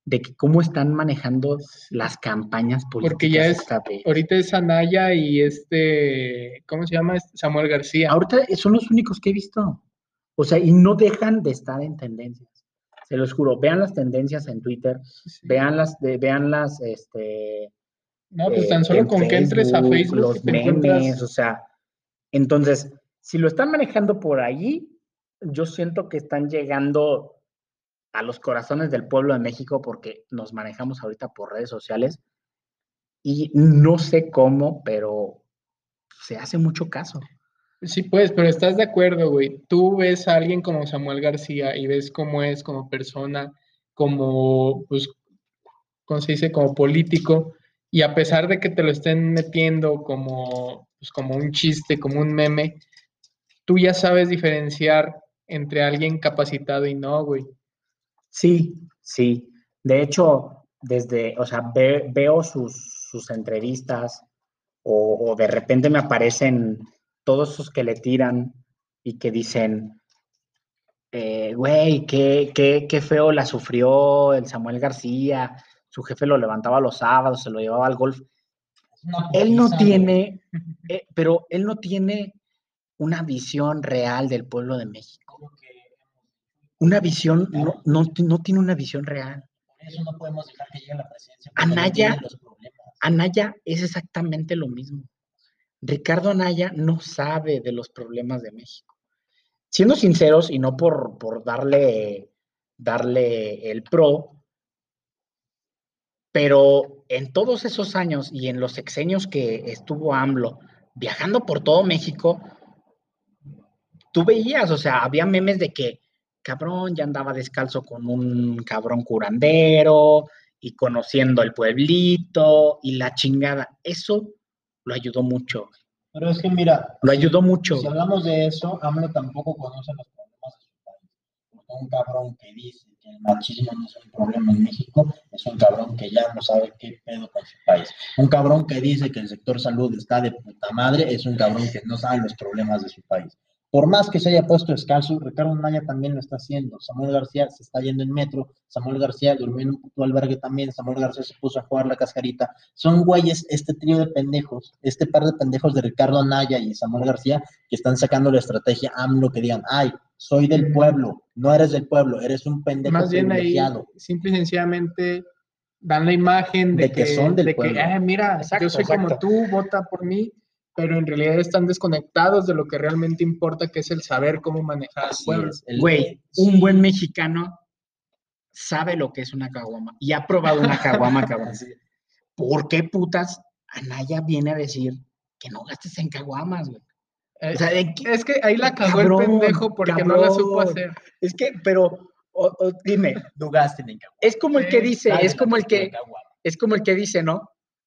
de que cómo están manejando las campañas políticas. Porque ya es, esta vez. ahorita es Anaya y este, ¿cómo se llama? Samuel García. Ahorita son los únicos que he visto. O sea, y no dejan de estar en tendencias. Se los juro, vean las tendencias en Twitter, Sí. vean las, de, vean las, este... No, pues tan solo con que entres a Facebook los y te memes, encuentras... o sea, entonces, si lo están manejando por ahí, yo siento que están llegando a los corazones del pueblo de México porque nos manejamos ahorita por redes sociales y no sé cómo, pero se hace mucho caso. Sí, pues, pero estás de acuerdo, güey. Tú ves a alguien como Samuel García y ves cómo es como persona, como, pues, ¿cómo se dice? Como político, y a pesar de que te lo estén metiendo como, pues, como un chiste, como un meme, tú ya sabes diferenciar entre alguien capacitado y no, güey. Sí, sí. De hecho, desde, o sea, ve, veo sus, sus entrevistas o, o de repente me aparecen todos esos que le tiran y que dicen, eh, güey, qué, qué, qué feo la sufrió el Samuel García, su jefe lo levantaba los sábados, se lo llevaba al golf. Él no tiene, eh, pero él no tiene una visión real del pueblo de México. Una visión, no, no, no tiene una visión real. Por eso no podemos dejar que llegue a la presidencia. Anaya, no los problemas. Anaya es exactamente lo mismo. Ricardo Anaya no sabe de los problemas de México. Siendo sinceros, y no por, por darle, darle el pro, pero en todos esos años y en los sexenios que estuvo AMLO viajando por todo México, tú veías, o sea, había memes de que, cabrón, ya andaba descalzo con un cabrón curandero y conociendo el pueblito y la chingada. Eso lo ayudó mucho. Pero es que mira, Lo si, ayudó mucho. si hablamos de eso, AMLO tampoco conoce los problemas de su país. Porque un cabrón que dice que el machismo no es un problema en México, es un cabrón que ya no sabe qué pedo con su país. Un cabrón que dice que el sector salud está de puta madre, es un cabrón que no sabe los problemas de su país. Por más que se haya puesto descalzo, Ricardo Anaya también lo está haciendo. Samuel García se está yendo en metro. Samuel García durmió en un puto albergue también. Samuel García se puso a jugar la cascarita. Son güeyes, este trío de pendejos, este par de pendejos de Ricardo Anaya y Samuel García, que están sacando la estrategia AMLO, que digan, ay, soy del pueblo, no eres del pueblo, eres un pendejo Más bien ahí, privilegiado. simple y sencillamente, dan la imagen de, De que que, son del de que pueblo. eh, mira, Exacto, yo soy como exacto. tú, vota por mí, pero en realidad están desconectados de lo que realmente importa, que es el saber cómo manejar al Así pueblo. es. El- Güey, sí. un buen mexicano sabe lo que es una caguama y ha probado una caguama, cabrón. Así. ¿Por qué putas Anaya viene a decir que no gastes en caguamas, güey? Eh, O sea, ¿de qué? es que ahí la cagó Cabrón, el pendejo porque no la supo cabrón. hacer. Es que, pero, o- o, dime, No gasten en caguama. es como el que Sí, dice, Sal de es la como el postura que, de caguama. es como el que dice, ¿no?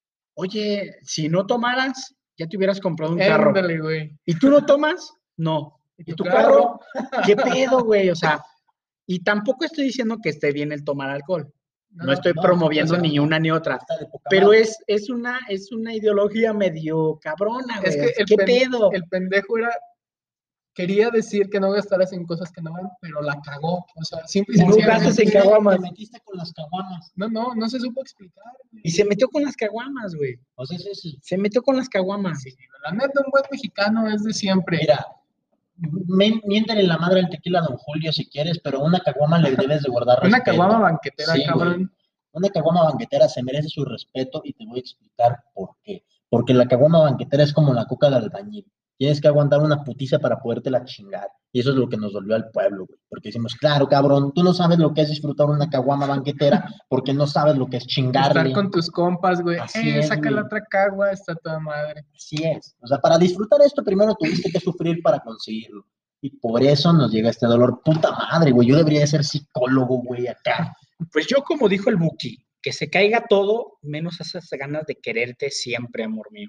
Oye, si no tomaras, ya te hubieras comprado un carro. Ándale, güey. ¿Y tú no tomas? No. ¿Y tu carro? ¿Qué pedo, güey? O sea, y tampoco estoy diciendo que esté bien el tomar alcohol. No, estoy no, promoviendo o sea, ni una ni otra. Está de poca Pero madre. es, es, una, es una ideología medio cabrona, güey. Es que el, ¿Qué pen- pedo? el pendejo era, quería decir que no gastaras en cosas que no van, pero la cagó. O sea, simple y No sencillamente. gastes en Te caguamas. metiste con las caguamas. No, no, no se supo explicar, güey. Y se metió con las caguamas, güey. O sea, es eso. Se metió con las caguamas. Sí, la neta, un buen mexicano es de siempre. Mira, men- miéntale la madre al tequila a don Julio si quieres, pero una caguama le debes de guardar Una respeto. caguama banquetera, Sí, cabrón. güey. Una caguama banquetera se merece su respeto y te voy a explicar por qué. Porque la caguama banquetera es como la coca de albañil. Tienes que aguantar una putiza para podértela chingar. Y eso es lo que nos dolió al pueblo, güey. Porque decimos, claro, cabrón, tú no sabes lo que es disfrutar una caguama banquetera porque no sabes lo que es chingarle. Estar con tus compas, güey. Así Eh, es, saca güey. la otra cagua, está toda madre. Así es. O sea, para disfrutar esto primero tuviste que sufrir para conseguirlo. Y por eso nos llega este dolor. Puta madre, güey. Yo debería de ser psicólogo, güey, acá. Pues yo, como dijo el Buki, que se caiga todo, menos esas ganas de quererte siempre, amor mío.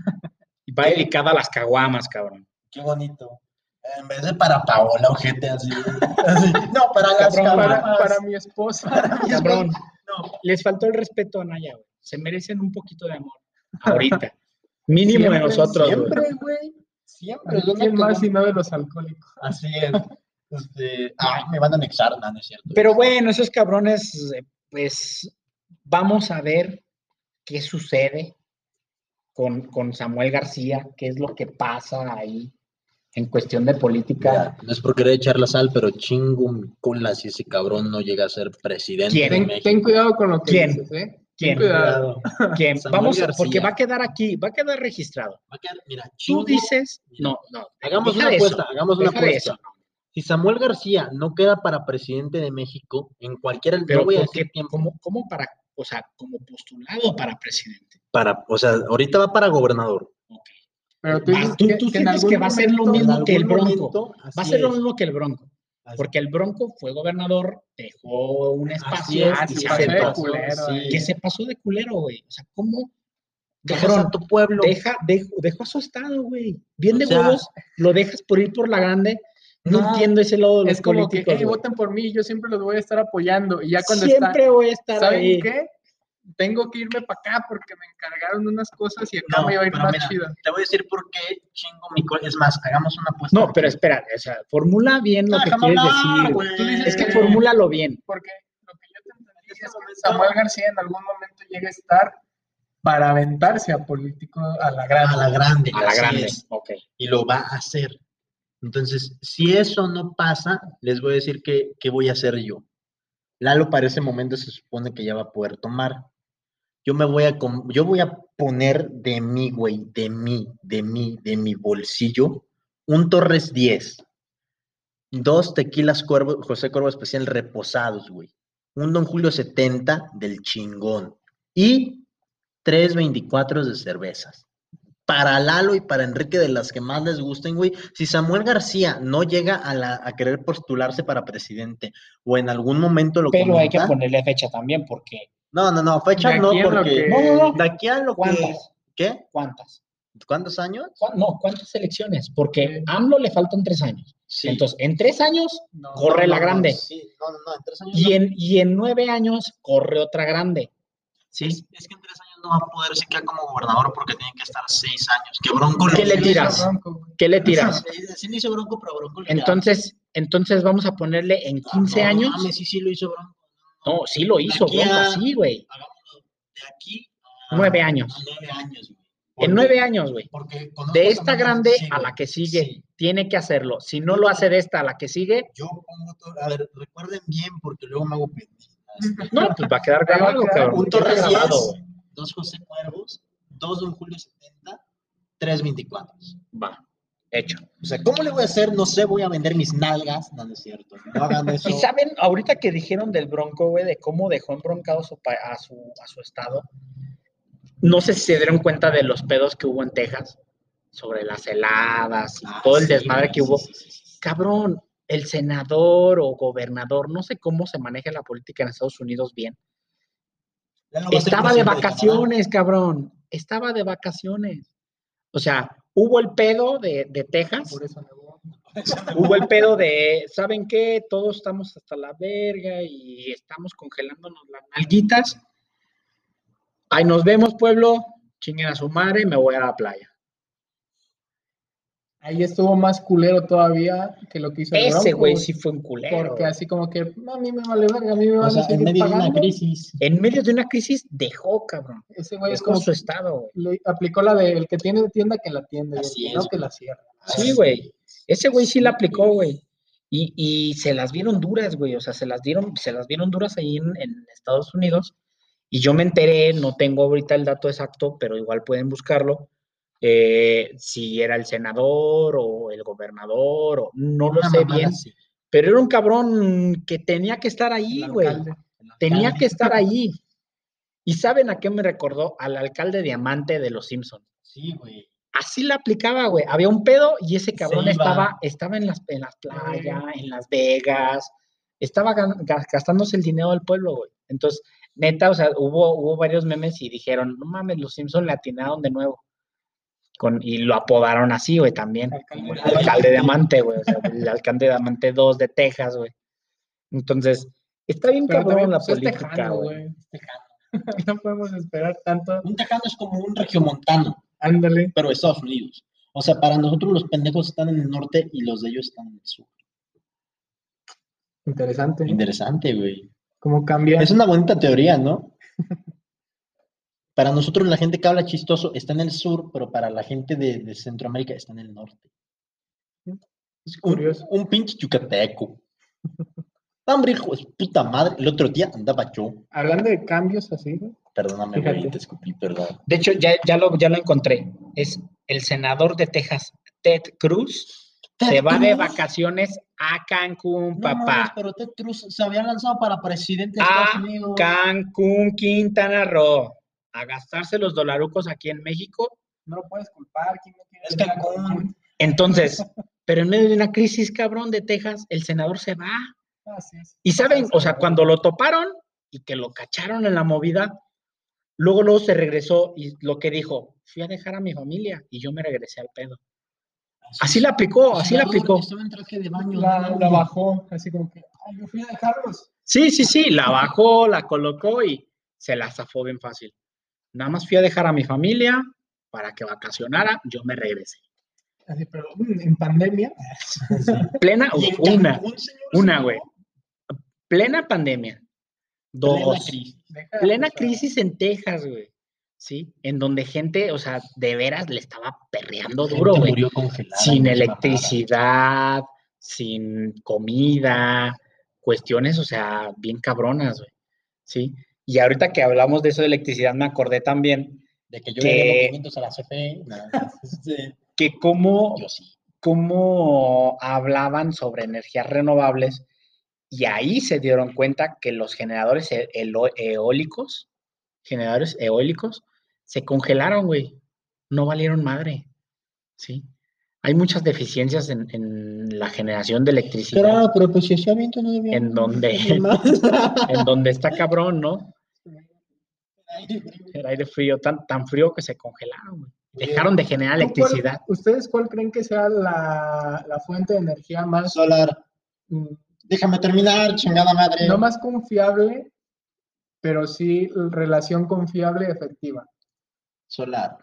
Y va dedicada a las caguamas, cabrón. Qué bonito. En vez de para Paola, ojete, así. así. No, para las Cabrón, Para, caguamas. para mi esposa. Para mi Cabrón, esposa. No, les faltó el respeto a Naya, güey. Se merecen un poquito de amor. Ahorita. Mínimo Siempre, de nosotros, güey. siempre, güey. Siempre. ¿De es una quién más caguama. si no de los alcohólicos? Así es. Este, ay, me van a anexar, no, no es cierto. Pero bueno, esos cabrones, eh, pues vamos a ver qué sucede con, con Samuel García, qué es lo que pasa ahí en cuestión de política. Mira, no es por querer echar la sal, pero chingo mi cola si ese cabrón no llega a ser presidente ¿Quién? de Ten, México. ten cuidado con lo que ¿Quién? dices, ¿eh? ¿Quién? Ten cuidado. ¿Quién? Samuel Vamos, García. porque va a quedar aquí, va a quedar registrado. Va a quedar, mira, Tú chingo, dices, mira, no, no, hagamos deja una de apuesta, eso, hagamos una deja de apuesta. eso. Si Samuel García no queda para presidente de México, en cualquier, Pero no voy a ¿por decir qué? tiempo, ¿Cómo, cómo para, o sea, como postulado para presidente? para, o sea, ahorita va para gobernador. Ok. Pero tú Va, dices tú, que, tú que en sientes algún que va a ser lo momento- mismo en que el algún Bronco. momento, Va a así ser lo es. mismo que el Bronco. Así- Porque el Bronco fue gobernador, dejó un Así espacio es, Ah, y sí, se pasó de aventó. culero, sí. eh. Que se pasó de culero, güey. O sea, ¿cómo? Dejas Cabrón, a tu pueblo. Deja, dejó, dejó a su estado, güey. Bien O de sea, huevos, lo dejas por ir por la grande. No, No, entiendo ese lado de los Es como que, políticos, hey, güey. voten por mí, yo siempre los voy a estar apoyando. Y ya cuando Siempre voy a está, estar ¿saben ahí. qué? Tengo que irme para acá porque me encargaron unas cosas y acá No, me va a ir pero más mira, chido. te voy a decir por qué chingo mi cola. Es más, hagamos una apuesta. No, pero espera, o sea, formula bien lo No, que déjame quieres hablar, decir, güey. güey. Tú dices Es que que- formúlalo bien. Porque lo que yo te entendí En este es que momento- Samuel García en algún momento llega a estar para aventarse a político a la grande. A la grande. A la así grande. es, Ok. y lo va a hacer. Entonces, si eso no pasa, les voy a decir que, qué voy a hacer yo. Lalo para ese momento se supone que ya va a poder tomar. Yo me voy a, com- yo voy a poner de mí, güey, de mí, de mí, de mi bolsillo, un Torres diez, dos tequilas Cuervo, José Cuervo Especial reposados, güey, un Don Julio setenta del chingón y tres veinticuatro de cervezas. Para Lalo y para Enrique, de las que más les gusten, güey. Si Samuel García no llega a, la, a querer postularse para presidente o en algún momento lo Pero hay que comenta, ponerle fecha también, porque. no, no, no, fecha De no, aquí en lo porque que- No, no, no. de aquí a lo que... ¿Cuántas? ¿Qué? ¿Cuántas? ¿Cuántos años? ¿Cuá- No, ¿cuántas elecciones? Porque Sí. a AMLO le faltan tres años. Sí. Entonces, en tres años No, corre No, la no, no, grande. sí, no, no, no, en tres años Y no. en, y en nueve años corre otra grande. Sí, es, es que en tres años no va a poder se queda como gobernador porque tiene que estar seis años. Que Bronco ¿Qué lo le hizo. tiras? Bronco, güey. ¿Qué le tiras? Sí, sí le hizo Bronco, pero Bronco le Entonces, entonces vamos a ponerle en quedaba. quince No, años. No mames, sí, sí lo hizo Bronco. No, sí lo hizo, De aquí Bronco, a- sí, güey. Hagámoslo de aquí a Nueve años. a nueve años, güey. En Porque- nueve años, güey. Porque conozco De a esta Samuel grande García, a güey. la que sigue, Sí. tiene que hacerlo. Si no lo hace de esta a la que sigue, Yo pongo todo. A ver, recuerden bien porque luego me hago pendejo. no, pues va a quedar Ahí va a grabado, quedar cabrón. Un Queda Torres grabado, diez, güey. dos José Cuervos, dos Don Julio setenta, tres veinticuatro. Va, hecho. O sea, ¿cómo le voy a hacer? No sé, voy a vender mis nalgas. No, no es cierto. No hagan eso. Y saben, ahorita que dijeron del Bronco, güey, de cómo dejó embroncado su pa- a, su, a su estado, no sé si se dieron cuenta de los pedos que hubo en Texas sobre las heladas y Ah, todo el sí, desmadre güey, que sí, hubo. sí, sí, sí. Cabrón, el senador o gobernador, no sé cómo se maneja la política en Estados Unidos bien. Ya no va a ser Estaba de presidente vacaciones, cabrón. Estaba de vacaciones. O sea, hubo el pedo de, de Texas. Por eso me voy. Canadá. Hubo el pedo de, ¿saben qué? Todos estamos hasta la verga y estamos congelándonos las nalguitas. Ahí nos vemos, pueblo. Chinguen a su madre, me voy a la playa. Ahí estuvo más culero todavía que lo que hizo el Ese Bronco, güey sí fue un culero. Porque así como que, no, a mí me vale verga, a mí me O van sea, a en seguir medio de una pagando. crisis. En medio de una crisis dejó, cabrón. Ese güey es Dejó como su estado, güey. le aplicó la de el que tiene tienda que la atiende, y el Así que es, no que güey. la cierra. Sí, güey. Ese güey sí Sí, la aplicó, güey. güey. Y, y se las vieron duras, güey. O sea, se las dieron, se las vieron duras ahí en, en Estados Unidos. Y yo me enteré, no tengo ahorita el dato exacto, pero igual pueden buscarlo. eh, si era el senador o el gobernador, o no lo Una sé mamada bien. así. Pero era un cabrón que tenía que estar ahí, El güey. alcalde. Tenía Alcalde. que estar ahí. ¿Y saben a qué me recordó? Al alcalde Diamante de los Simpsons. Sí, güey. Así la aplicaba, güey. Había un pedo y ese cabrón Se iba. estaba, estaba en las, en las playas, en Las Vegas, estaba gan- ga- gastándose el dinero del pueblo, güey. Entonces, neta, o sea, hubo, hubo varios memes y dijeron, no mames, los Simpsons le atinaron de nuevo. Con, y lo apodaron así, güey, también. Alcalde Como el Diamante. alcalde Diamante, güey. O sea, el alcalde Diamante dos de Texas, güey. Entonces, está bien Pero cabrón también la pues, es política, tejano, güey. güey. Es tejano. No podemos esperar tanto. Un tejano es como un regiomontano, Ándale. pero de Estados Unidos. O sea, para nosotros los pendejos están en el norte y los de ellos están en el sur. Interesante. Interesante, güey. ¿Cómo cambia? Es una bonita teoría, ¿no? Para nosotros la gente que habla chistoso está en el sur, pero para la gente de, de Centroamérica está en el norte. Es Un, curioso. un pinche yucateco. Hombre, hijo de su puta madre. El otro día andaba yo. Hablando de cambios así, güey. Perdóname, Fíjate. güey, te escupí, perdón. De hecho, ya, ya, lo, ya lo encontré. Es el senador de Texas, Ted Cruz, Ted se va de Cruz. vacaciones a Cancún, No papá. mames, pero Ted Cruz se había lanzado para presidente de A Estados Unidos. Cancún, Quintana Roo. A gastarse los dolarucos aquí en México. No lo puedes culpar. ¿Quién no quiere Es ir a Cancún. Cancún? Entonces, pero en medio de una crisis, cabrón, de Texas, el senador se va. Ah, sí, sí. Y saben, o sea, Senador. cuando lo toparon y que lo cacharon en la movida, luego, luego se regresó y lo que dijo, fui a dejar a mi familia y yo me regresé al pedo. Así la aplicó, así la aplicó. Estaba en traje de baño. La, ¿no? la bajó, así como que, ay, yo fui a dejarlos. Sí, sí, sí, la bajó, la colocó y se la zafó bien fácil. Nada más fui a dejar a mi familia para que vacacionara, yo me regresé. Así, pero mm, en pandemia. Plena, Y en una, Cancún, señor, una, ¿sí? güey. Plena pandemia. Dos. Plena crisis. Deja, Plena o sea, crisis en Texas, güey. ¿Sí? En donde gente, o sea, de veras le estaba perreando Gente duro, güey. murió congelada. Sin y es electricidad, sin comida, cuestiones, o sea, bien cabronas, güey. ¿Sí? Y ahorita que hablamos de eso de electricidad, me acordé también mamada. De que yo que- le debo quinientos a la C F E. Nada más. Sí. que cómo, Yo sí. cómo hablaban sobre energías renovables y ahí se dieron cuenta que los generadores e- elo- eólicos, generadores eólicos, se congelaron, güey. No valieron madre, ¿sí? Hay muchas deficiencias en, en la generación de electricidad, Claro, pero pues si hacía viento no debía. en donde, en donde está cabrón, ¿no? El aire frío, tan, tan frío que se congelaron, güey. Dejaron de generar ¿tú cuál- electricidad. ¿Ustedes cuál creen que sea la, la fuente de energía más, Solar. mm, Déjame terminar, chingada madre. no más confiable, pero sí relación confiable efectiva? Solar.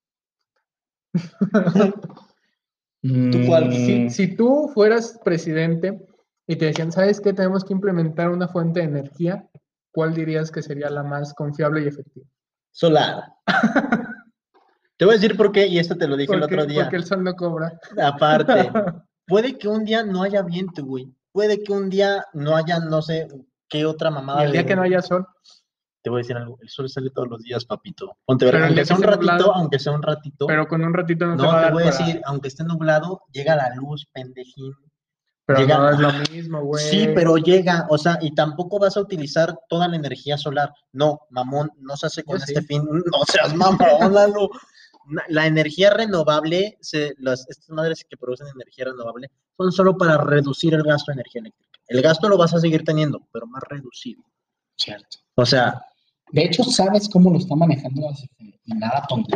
¿Tú cuál? Si, si tú fueras presidente y te decían, ¿sabes qué? Tenemos que implementar una fuente de energía, ¿cuál dirías que sería la más confiable y efectiva? Solar. Te voy a decir por qué, y esto te lo dije el Porque, otro día. porque el sol no cobra. Aparte, puede que un día no haya viento, güey. Puede que un día no haya, no sé, qué otra Y mamada. el día de- que no haya sol, Te voy a decir algo. El sol sale todos los días, papito. Ponte Pero ver, el aunque día sea que un esté ratito, nublado, aunque sea un ratito. pero con un ratito no, te va No, a te dar voy a para- decir, aunque esté nublado, llega la luz, pendejín. Pero llega- no es lo mismo, güey. Sí, pero llega, o sea, y tampoco vas a utilizar toda la energía solar. No, mamón, no se hace con Yo este sí. fin. No seas mamón, Lalo. Na- La energía renovable, se, las, estas madres que producen energía renovable, son solo para reducir el gasto de energía eléctrica. El gasto lo vas a seguir teniendo, pero más reducido. Cierto. O sea, De hecho, ¿sabes cómo lo está manejando la C F E? Y nada tonto.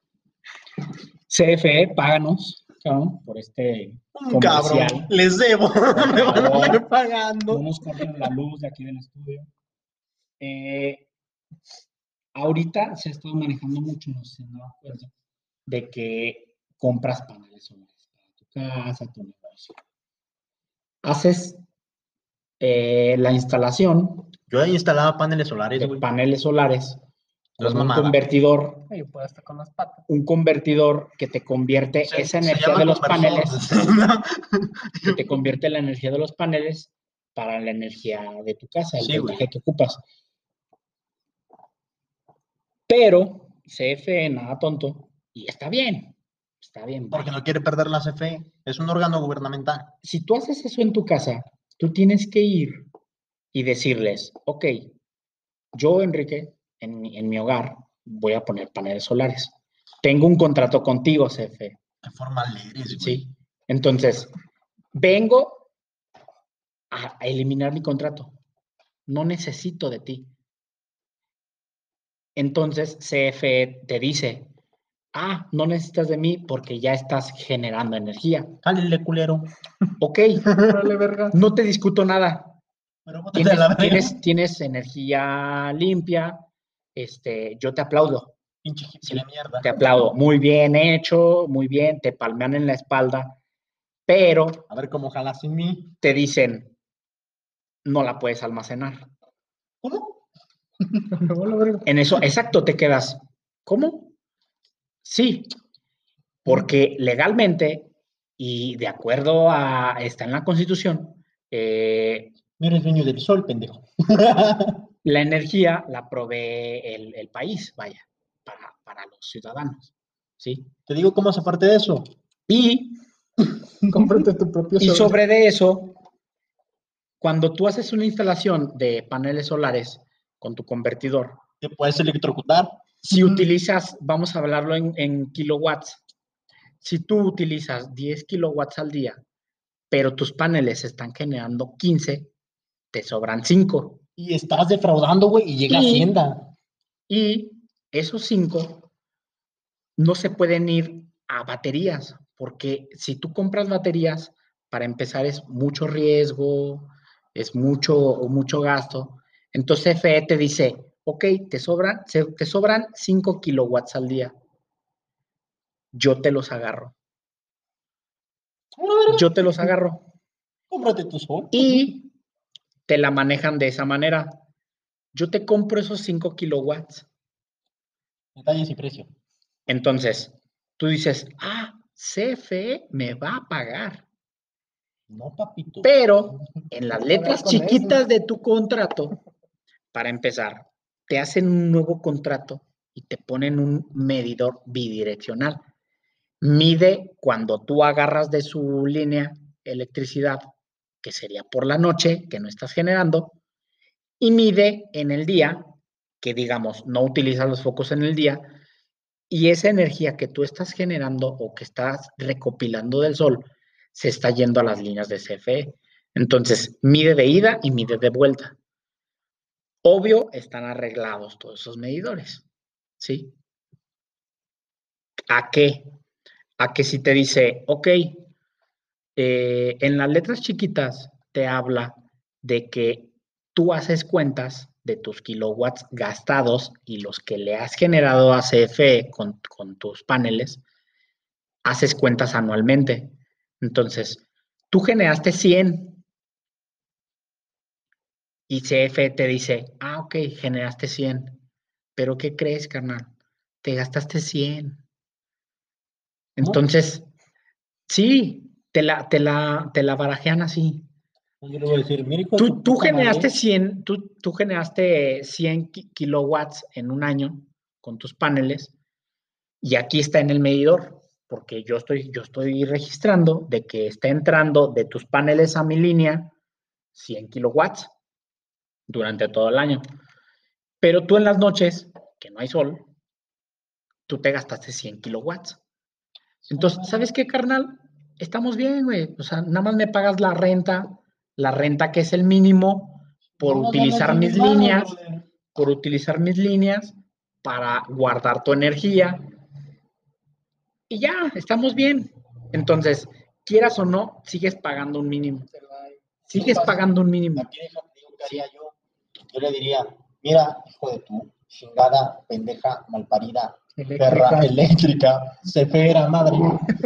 C F E, páganos, cabrón, por este un cabrón, comercial. les debo, me van a favor. estar pagando. No nos corten la luz de aquí del estudio. Eh, ahorita se ha estado manejando mucho, no sé si me das cuenta, de que compras paneles solares para tu casa, tu negocio. Haces eh, la instalación Yo instalaba paneles solares, de güey. paneles solares No es con un mamada. convertidor, Ay, yo puedo hasta con las patas. un convertidor que te convierte Se- esa se energía llama de los conversor. paneles, que te convierte la energía de los paneles para la energía de tu casa, el Sí, voltaje güey. que ocupas. Pero C F E, nada tonto, y está bien, está bien. Porque no quiere perder la C F E. Es un órgano gubernamental. Si tú haces eso en tu casa, tú tienes que ir y decirles, ok, yo, Enrique, en mi, en mi hogar, voy a poner paneles solares. Tengo un contrato contigo, C F E. Qué formal eres, güey. ¿Sí? Entonces, vengo a, a eliminar mi contrato. No necesito de ti. Entonces, C F E te dice, ah, no necesitas de mí porque ya estás generando energía. Jálele, culero. Ok, Órale, verga. no te discuto nada. Pero bótate a Tienes, la verga. tienes, tienes energía limpia, este, yo te aplaudo. Pinche hippie Sí, de mierda. te aplaudo. Muy bien hecho, muy bien, te palmean en la espalda, pero A ver cómo jala sin mí. te dicen, no la puedes almacenar. ¿Cómo? En eso, exacto, te quedas. ¿Cómo? Sí, porque legalmente y de acuerdo a, está en la Constitución, eh, No eres dueño del sol, pendejo. la energía la provee el, el país, vaya, para, para los ciudadanos, ¿sí? Te digo cómo zafarte de eso. Y, Cómprate tu propio y sol. sobre de eso, cuando tú haces una instalación de paneles solares con tu convertidor, Te puedes electrocutar. si utilizas, vamos a hablarlo en, en kilowatts, si tú utilizas diez kilowatts al día, pero tus paneles están generando quince, te sobran cinco. Y estás defraudando, güey, y llega Y- Hacienda. Y esos cinco no se pueden ir a baterías, porque si tú compras baterías, para empezar es mucho riesgo, es mucho, mucho gasto. Entonces C F E te dice, ok, te sobran, se- te sobran cinco kilowatts al día. Yo te los agarro. Bueno, a ver, Yo te los agarro. cómprate tu sol. Y te la manejan de esa manera. Yo te compro esos cinco kilowatts. Detalles y precio. Entonces, tú dices, ah, C F E me va a pagar. No, papito. Pero en las Pero letras pagar con chiquitas eso. de tu contrato, para empezar, te hacen un nuevo contrato y te ponen un medidor bidireccional. Mide cuando tú agarras de su línea electricidad, que sería por la noche, que no estás generando, y mide en el día, que digamos, no utilizas los focos en el día, y esa energía que tú estás generando o que estás recopilando del sol se está yendo a las líneas de C F E. Entonces, mide de ida y mide de vuelta. Obvio, están arreglados todos esos medidores, ¿sí? ¿A qué? A que si te dice, ok, eh, en las letras chiquitas te habla de que tú haces cuentas de tus kilowatts gastados y los que le has generado a C F E con, con tus paneles, haces cuentas anualmente. Entonces, tú generaste cien y C F E te dice, ah, ok, generaste cien, pero ¿qué crees, carnal? Te gastaste cien. Entonces, sí, te la, te la, te la barajean así. Yo le voy a decir, mira, hijo de Tú, tu tú puta generaste madre. cien, tú, tú generaste cien ki- kilowatts en un año con tus paneles y aquí está en el medidor, porque yo estoy, yo estoy registrando de que está entrando de tus paneles a mi línea cien kilowatts durante todo el año. Pero tú en las noches, que no hay sol, tú te gastaste cien kilowatts. Entonces, ¿sabes qué, carnal? Estamos bien, güey. O sea, nada más me pagas la renta, la renta que es el mínimo por No nos vamos utilizar de mis manos, líneas, brother. por utilizar mis líneas para guardar tu energía. Y ya, estamos bien. Entonces, quieras o no, sigues pagando un mínimo. Sigues pagando un mínimo. Aquí déjame te digo qué haría yo. Yo le diría, mira, hijo de tu chingada, pendeja, malparida, perra eléctrica, cefera, madre.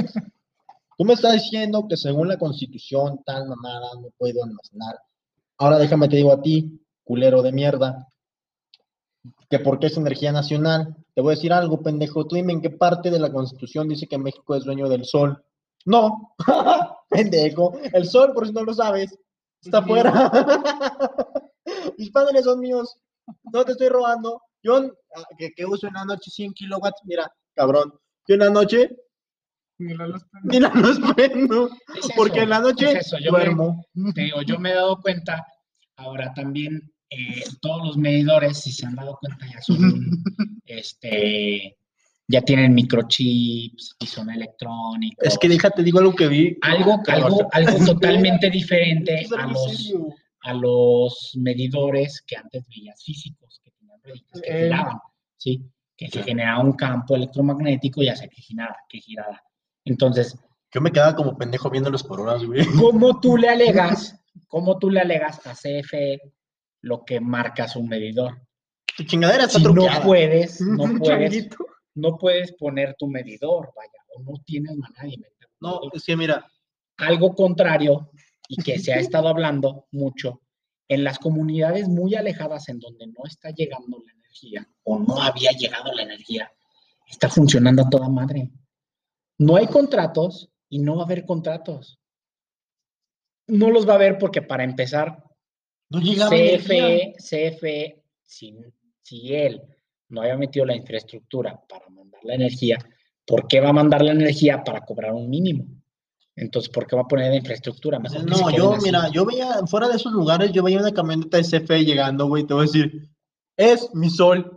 Tú me estás diciendo que según la Constitución, tal mamada, no puedo almacenar. Ahora déjame te digo a ti, culero de mierda, que porque es energía nacional. Te voy a decir algo, pendejo. Tú dime en qué parte de la Constitución dice que México es dueño del sol. No, pendejo. El sol, por si no lo sabes, está afuera. Mis paneles son míos. No te estoy robando. Yo, ah, que, que uso en la noche cien kilowatts, mira, cabrón. Yo en la noche Ni la luz prende. ni la luz prendo, Es eso, porque en la noche es eso. Yo me, duermo. te digo, yo me he dado cuenta, ahora también eh, todos los medidores, si se han dado cuenta, ya son, este, ya tienen microchips y son electrónicos. Es que déjate, digo algo que vi. Algo, que me algo, bastó. algo totalmente diferente Es a algo los, serio. a los medidores que antes veías físicos, que tenían rueditas que Eh. giraban, ¿sí? Que se Sí. generaba un campo electromagnético y hacía que girara, que girara. Entonces, Yo me quedaba como pendejo viéndolos por horas, güey. ¿cómo tú le alegas, cómo tú le alegas a C F E lo que marca su medidor? Tu chingadera está Si no truqueada. puedes, no Un puedes, changuito. no puedes poner tu medidor, vaya, o no tienes manera de inventar. No, es que mira, Algo contrario y que se ha estado hablando mucho En las comunidades muy alejadas en donde no está llegando la energía o no había llegado la energía, está funcionando a toda madre. No hay contratos y no va a haber contratos. No los va a haber porque para empezar, No llegaba C energía. F E, C F E, si, si él no había metido la infraestructura para mandar la energía, ¿por qué va a mandar la energía para cobrar un mínimo? Entonces, ¿por qué va a poner la infraestructura? Mejor que se No, queden yo, así. mira, yo veía, fuera de esos lugares, yo veía una camioneta de C F E llegando, güey, te voy a decir, es mi sol.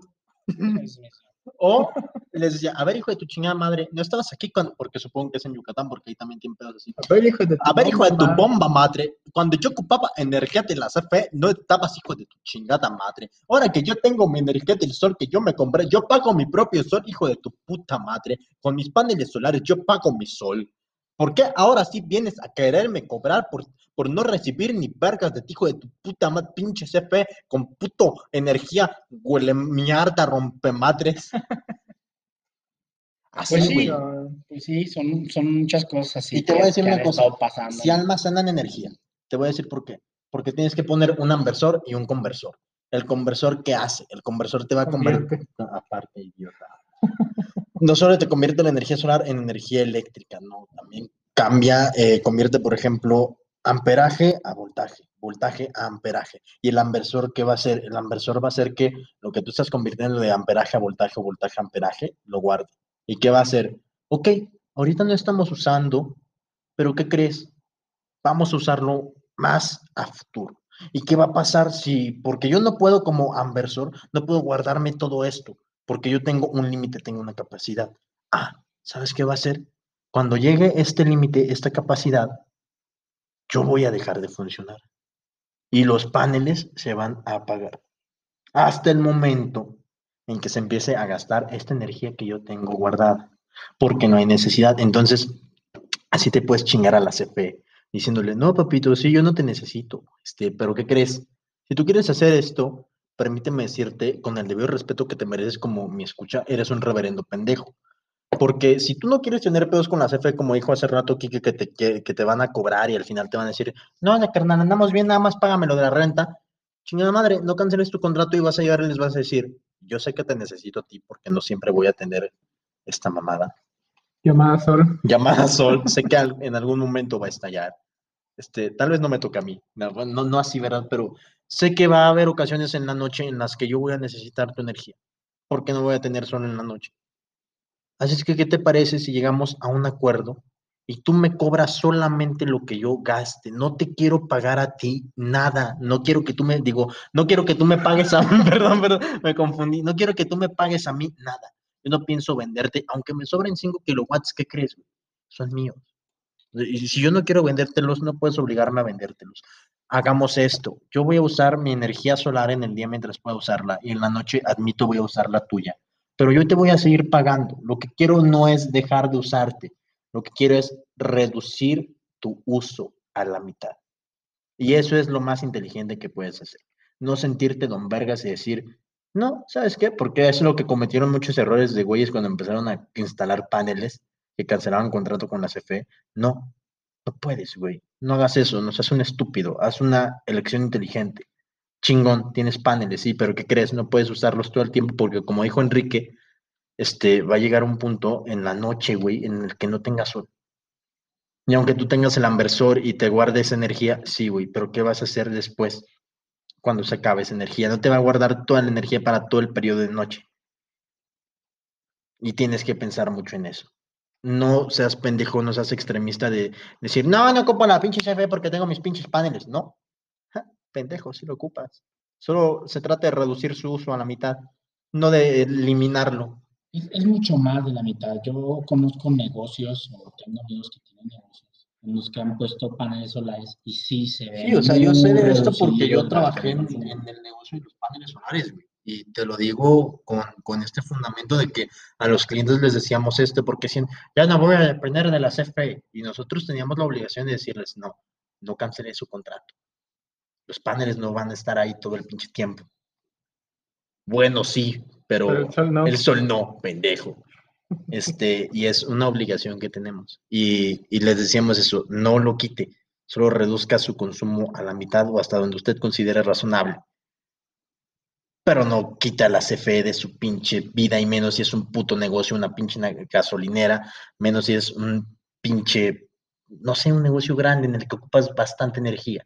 O les decía, a ver, hijo de tu chingada madre, no estabas aquí cuando, porque supongo que es en Yucatán, porque ahí también tienen pedos así. A ver, hijo de tu A ver, hijo de tu bomba. bomba madre, cuando yo ocupaba energía de la C F E, no estabas, hijo de tu chingada madre. Ahora que yo tengo mi energía del sol que yo me compré, yo pago mi propio sol, hijo de tu puta madre. Con mis paneles solares, yo pago mi sol. ¿Por qué ahora sí vienes a quererme cobrar por, por no recibir ni vergas de ti, hijo de tu puta madre, pinche C F E, con puto energía, huele mierda, rompe madres? Así, Pues güey. sí, pues sí, son, son muchas cosas así Y te voy a que, decir que una han cosa, estado pasando. si almacenan energía, te voy a decir por qué. Porque tienes que poner un inversor y un conversor. ¿El conversor qué hace? El conversor te va a convertir... Convierte. Aparte, idiota. No solo te convierte la energía solar en energía eléctrica, no, también cambia, eh, convierte, por ejemplo, amperaje a voltaje, voltaje a amperaje. ¿Y el inversor qué va a hacer? El inversor va a hacer que lo que tú estás convirtiendo de amperaje a voltaje o voltaje a amperaje, lo guarde. ¿Y qué va a hacer? Ok, ahorita no estamos usando, pero ¿qué crees? Vamos a usarlo más a futuro. ¿Y qué va a pasar si, porque yo no puedo como inversor, no puedo guardarme todo esto, porque yo tengo un límite, tengo una capacidad? Ah, ¿sabes qué va a hacer? Cuando llegue este límite, esta capacidad, yo voy a dejar de funcionar y los paneles se van a apagar hasta el momento en que se empiece a gastar esta energía que yo tengo guardada, porque no hay necesidad. Entonces, así te puedes chingar a la C F E, diciéndole, no, papito, sí, yo no te necesito, este, pero ¿qué crees? Si tú quieres hacer esto, permíteme decirte, con el debido respeto que te mereces como mi escucha, eres un reverendo pendejo. Porque si tú no quieres tener pedos con la C F E, como dijo hace rato Kike, que te, que, que te van a cobrar y al final te van a decir, no, la carnal, andamos bien, nada más págame lo de la renta. Chingada madre, no canceles tu contrato y vas a llegar y les vas a decir, yo sé que te necesito a ti porque no siempre voy a tener esta mamada. Llamada Sol. Llamada Sol, sé que al, en algún momento va a estallar. Este, tal vez no me toque a mí, no, no, no así, ¿verdad? Pero sé que va a haber ocasiones en la noche en las que yo voy a necesitar tu energía, porque no voy a tener sol en la noche. Así es que, ¿qué te parece si llegamos a un acuerdo y tú me cobras solamente lo que yo gaste? No te quiero pagar a ti nada. No quiero que tú me, digo, no quiero que tú me pagues a mí, perdón, perdón, me confundí. No quiero que tú me pagues a mí nada. Yo no pienso venderte, aunque me sobren cinco kilowatts, ¿qué crees, güey? Son míos. Y si yo no quiero vendértelos, no puedes obligarme a vendértelos. Hagamos esto. Yo voy a usar mi energía solar en el día mientras pueda usarla y en la noche, admito, voy a usar la tuya. Pero yo te voy a seguir pagando. Lo que quiero no es dejar de usarte. Lo que quiero es reducir tu uso a la mitad. Y eso es lo más inteligente que puedes hacer. No sentirte don vergas y decir, no, ¿sabes qué? Porque es lo que cometieron muchos errores de güeyes cuando empezaron a instalar paneles que cancelaban contrato con la C F E. No, no puedes, güey. No hagas eso, no seas un estúpido. Haz una elección inteligente. Chingón, tienes paneles, sí, pero ¿qué crees? No puedes usarlos todo el tiempo porque, como dijo Enrique, este, va a llegar un punto en la noche, güey, en el que no tengas sol. Y aunque tú tengas el inversor y te guardes energía, sí, güey, pero ¿qué vas a hacer después cuando se acabe esa energía? No te va a guardar toda la energía para todo el periodo de noche. Y tienes que pensar mucho en eso. No seas pendejo, no seas extremista de decir, no, no ocupo la pinche C F E porque tengo mis pinches paneles. No, ja, pendejo, sí lo ocupas. Solo se trata de reducir su uso a la mitad, no de eliminarlo. Es, es mucho más de la mitad. Yo conozco negocios o tengo amigos que tienen negocios en los que han puesto paneles solares y sí se ven. Sí, o sea, yo sé muy de esto porque yo reducidos trabajé en, gastos de consumo. en el negocio de los paneles solares, güey. Y te lo digo con, con este fundamento de que a los clientes les decíamos esto, porque decían, ya no voy a depender de la C F E. Y nosotros teníamos la obligación de decirles, no, no cancelen su contrato. Los paneles no van a estar ahí todo el pinche tiempo. Bueno, sí, pero, Pero el sol no. el sol no, pendejo. Este, y es una obligación que tenemos. Y, y les decíamos eso, no lo quite, solo reduzca su consumo a la mitad o hasta donde usted considere razonable. Pero no quita la C F E de su pinche vida, y menos si es un puto negocio, una pinche gasolinera, menos si es un pinche, no sé, un negocio grande en el que ocupas bastante energía.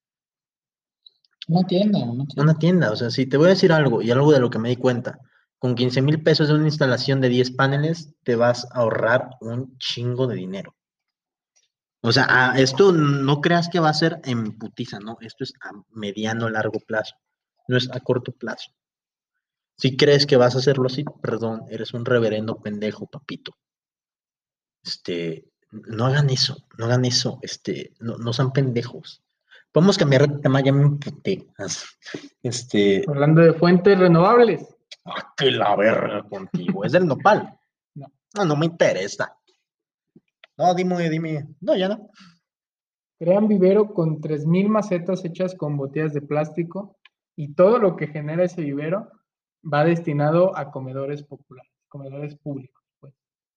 Una tienda, una tienda. Una tienda, o sea, si te voy a decir algo, y algo de lo que me di cuenta, con quince mil pesos de una instalación de diez paneles, te vas a ahorrar un chingo de dinero. O sea, a, esto no creas que va a ser en putiza, ¿no? Esto es a mediano, largo plazo, no es a corto plazo. Si crees que vas a hacerlo así, perdón, eres un reverendo pendejo, papito. Este, no hagan eso, no hagan eso, este, no, no sean pendejos. Podemos cambiar de tema, ya me emputé. Este, Hablando de fuentes renovables. ah, que la verga contigo, es del nopal. No. No, no me interesa. No, dime, dime. No, ya no. Crean vivero con tres mil macetas hechas con botellas de plástico y todo lo que genera ese vivero va destinado a comedores populares, comedores públicos, pues.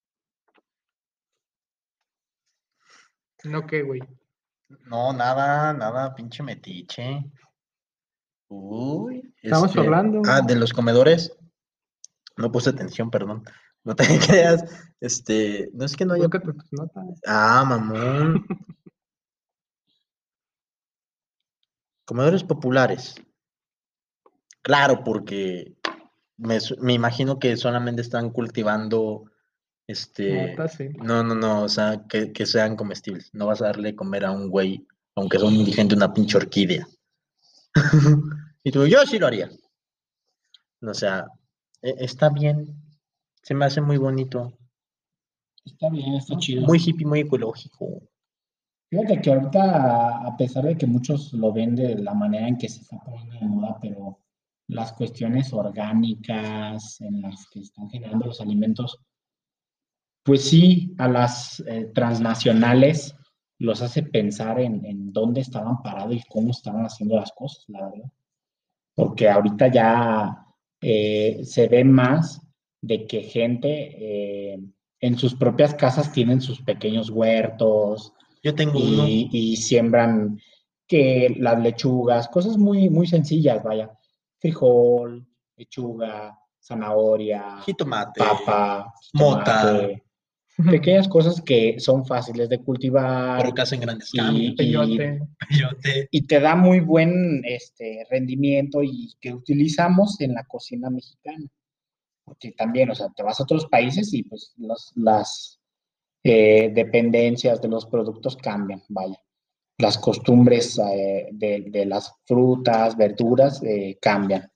¿No qué, güey? No, nada, nada, pinche metiche. Uy. Estamos este, hablando. Ah, de los comedores. No puse atención, perdón. No te creas. Este, no es que no haya. Búscate tus notas. Ah, mamón. Comedores populares. Claro, porque me, su- me imagino que solamente están cultivando, este, Notas, sí. no, no, no, o sea, que, que sean comestibles. No vas a darle de comer a un güey, aunque sea un indigente, una pinche orquídea. Y tú, yo sí lo haría. O sea, e- está bien, se me hace muy bonito, Está bien, está chido. muy hippie, muy ecológico. Fíjate que ahorita, a pesar de que muchos lo ven de la manera en que se está poniendo de moda, pero las cuestiones orgánicas en las que están generando los alimentos, pues sí, a las eh, transnacionales los hace pensar en, en dónde estaban parados y cómo estaban haciendo las cosas, la verdad. Porque ahorita ya eh, se ve más de que gente eh, en sus propias casas tienen sus pequeños huertos Yo tengo uno, y, y siembran que las lechugas, cosas muy, muy sencillas, vaya, frijol, lechuga, zanahoria, jitomate, papa, mota, tomate, pequeñas cosas que son fáciles de cultivar pero que hacen grandes y, cambios. y, Peyote. Peyote. y te da muy buen este, rendimiento y que utilizamos en la cocina mexicana. Porque también, o sea, te vas a otros países y pues los, las eh, dependencias de los productos cambian, vaya. Las costumbres eh, de, de, las frutas, verduras eh, cambian.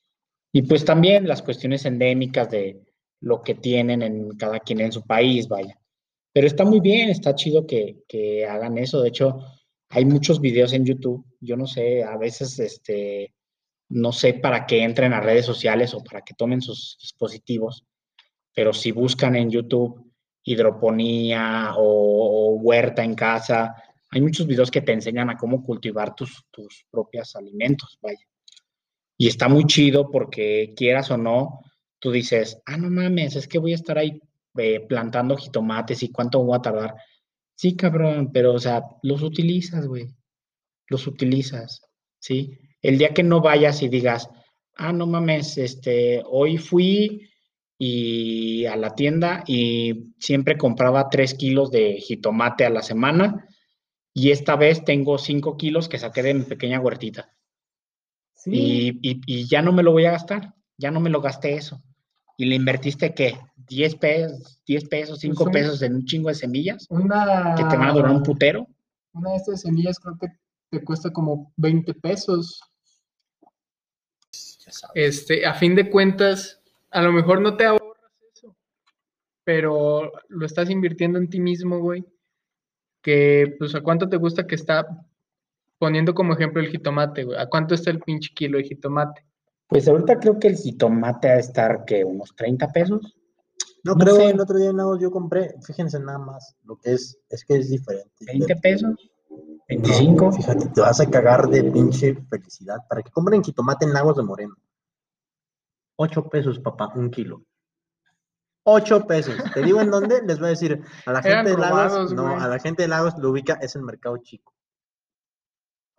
Y pues también las cuestiones endémicas de lo que tienen en cada quien en su país, vaya. Pero está muy bien, está chido que, que hagan eso. De hecho, hay muchos videos en YouTube. Yo no sé, a veces, este, no sé para qué entren a redes sociales o para que tomen sus dispositivos, pero si buscan en YouTube hidroponía o, o huerta en casa, hay muchos videos que te enseñan a cómo cultivar tus, tus propios alimentos, vaya. Y está muy chido porque quieras o no, tú dices, ah, no mames, es que voy a estar ahí eh, plantando jitomates y cuánto voy a tardar. Sí, cabrón, pero o sea, los utilizas, güey, los utilizas, ¿sí? El día que no vayas y digas, ah, no mames, este, hoy fui y a la tienda y siempre compraba tres kilos de jitomate a la semana y esta vez tengo cinco kilos que saqué de mi pequeña huertita. Sí, Y, y, y ya no me lo voy a gastar, ya no me lo gasté eso. ¿Y le invertiste qué? diez pesos, diez pesos, pues cinco un- pesos en un chingo de semillas que te van a una, durar un putero. una de estas semillas creo que te cuesta como veinte pesos. Ya sabes. Este, a fin de cuentas, a lo mejor no te ahorras eso, pero lo estás invirtiendo en ti mismo, güey. Que, pues, ¿a cuánto te gusta que está poniendo como ejemplo el jitomate, güey? ¿A cuánto está el pinche kilo de jitomate? Pues ahorita creo que el jitomate va a estar, ¿qué? ¿Unos treinta pesos? No, No creo, sé. el otro día no, yo compré, fíjense nada más, lo que es, es que es diferente. ¿veinte pesos? ¿veinticinco? Fíjate, te vas a cagar de pinche felicidad. Para que compren jitomate en Lagos de Moreno. Ocho pesos, papá, un kilo. Ocho pesos. Te digo en dónde, les voy a decir, a la Eran gente de Lagos, robados, no, güey. a la gente de Lagos lo ubica, es el mercado chico.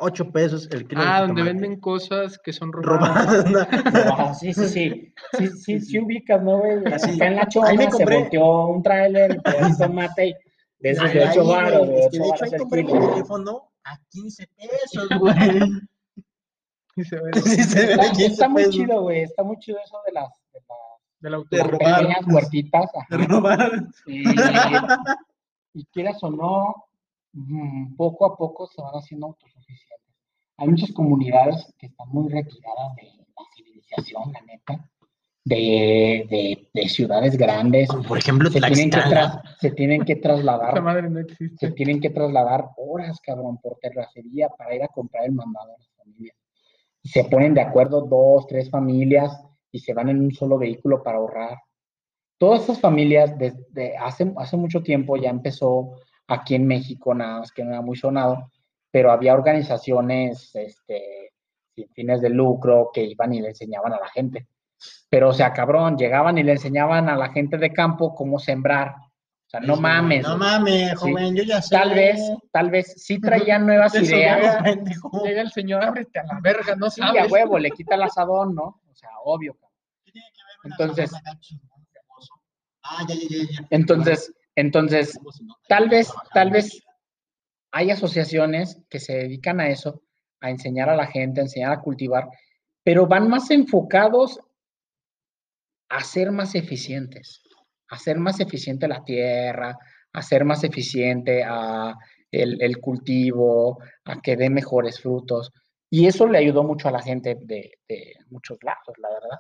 ocho pesos el kilo Ah, de donde jitomate. venden cosas que son robadas. Robadas. Ah, sí, sí, sí. Sí, sí, sí ubicas, ¿no, güey? Así. Acá en La Ahí me Chona se compré- volteó un tráiler y traía jitomate y de esos Ahí, de ocho güey, varos, de es que ocho de hecho varos ahí el compré mi kilo. teléfono a quince pesos, güey. Y se ve Sí, se ve Está, de quince está muy pesos. chido, güey. Está muy chido eso de las, de las, de la De las autoridad. robar. pequeñas huertitas. De Ajá. robar. Y, y quieras o no, mm, poco a poco se van haciendo autosuficientes. Hay muchas comunidades que están muy retiradas de la civilización, la neta, de, de, de ciudades grandes. Por ejemplo, Se tienen, que Tlaxcala. tras- se tienen que Esa trasladar, madre no se existe. tienen que trasladar horas, cabrón, por terracería para ir a comprar el mandado a las familias. Y se ponen de acuerdo dos, tres familias y se van en un solo vehículo para ahorrar. Todas estas familias, desde hace, hace mucho tiempo ya empezó aquí en México, nada más que no era muy sonado, pero había organizaciones este, sin fines de lucro que iban y le enseñaban a la gente. Pero, o sea, cabrón, llegaban y le enseñaban a la gente de campo cómo sembrar. O sea, no Es, mames. No güey. mames, Sí. joven, yo ya sé. Tal vez, tal vez sí traían nuevas Eso ideas. veo, pendejo. Llega el señor, ábrete a la verga, no Sí, a sabes. huevo, le quita el asadón, ¿no? O sea, obvio. cabrón. ¿Qué tiene que ver una Entonces- sabana acá chingón, hermoso? Ah, ya, ya, ya, ya. Entonces, entonces, ¿Cómo se nota? tal Ya vez, trabajaba tal en vez vida. hay asociaciones que se dedican a eso, a enseñar a la gente, a enseñar a cultivar, pero van más enfocados a ser más eficientes, a ser más eficiente la tierra, a ser más eficiente a el, el cultivo, a que dé mejores frutos. Y eso le ayudó mucho a la gente de, de muchos lados, la verdad.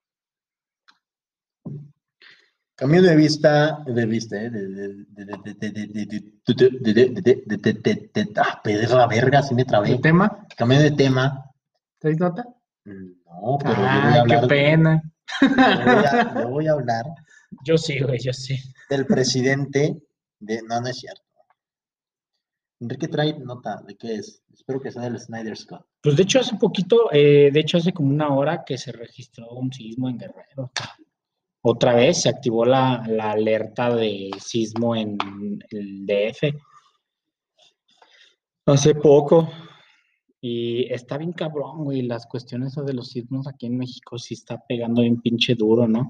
Cambio de vista, de vista, eh, de, de, de, de, de, de, de, de, de, de, de, de, de, de, de, ah, perra verga, sí me ¿El trabé. tema? Cambio de tema. ¿Traes nota? No, pero yo voy Ay, a qué hablar, pena. yo voy a, yo voy a hablar Yo sí, güey, yo sí. del presidente de, no, no es cierto. Enrique trae nota, ¿de qué es? Espero que sea del Snyder's Cut. Pues de hecho hace poquito, eh, de hecho hace como una hora que se registró un sismo en Guerrero. Otra vez se activó la, la alerta de sismo en el D F. Hace poco. Y está bien cabrón, güey, las cuestiones de los sismos aquí en México sí está pegando bien pinche duro, ¿no?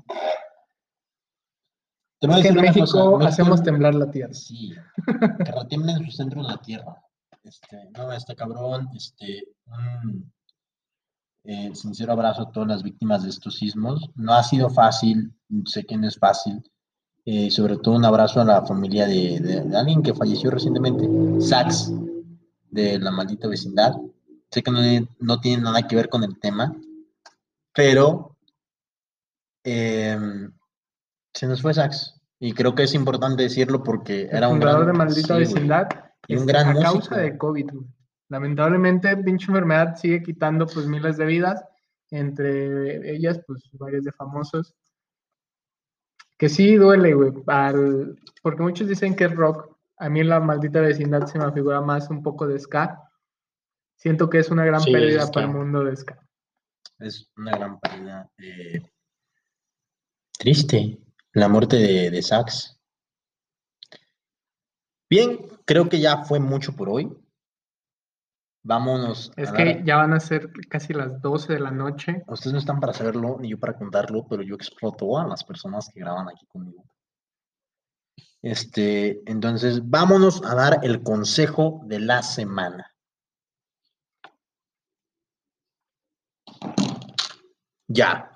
Te voy a Es que decir en una México cosa, hacemos temblar la tierra. Sí, que retiembla en su centro la tierra. Este, no, está cabrón. Este, un eh, sincero abrazo a todas las víctimas de estos sismos. No ha sido fácil, sé que no es fácil. Eh, sobre todo un abrazo a la familia de, de, de alguien que falleció recientemente, Sax, de la maldita vecindad. Sé que no, no tiene nada que ver con el tema, pero eh, se nos fue Sax. Y creo que es importante decirlo porque El era un fundador gran... de Maldita sí, Vecindad, y un este, gran a músico. causa de COVID. güey. Lamentablemente, pinche enfermedad sigue quitando pues miles de vidas, entre ellas pues varios de famosos. Que sí duele, güey, al- porque muchos dicen que es rock. A mí en La Maldita Vecindad se me figura más un poco de ska. Siento que es una gran Sí, pérdida es para el ska. mundo de ska. Es una gran pérdida. Eh, triste, la muerte de, de Sax. Bien, creo que ya fue mucho por hoy. Vámonos Es a que dar... ya van a ser casi las doce de la noche. Ustedes no están para saberlo, ni yo para contarlo, pero yo exploto a las personas que graban aquí conmigo. Este, entonces, vámonos a dar el consejo de la semana. Ya.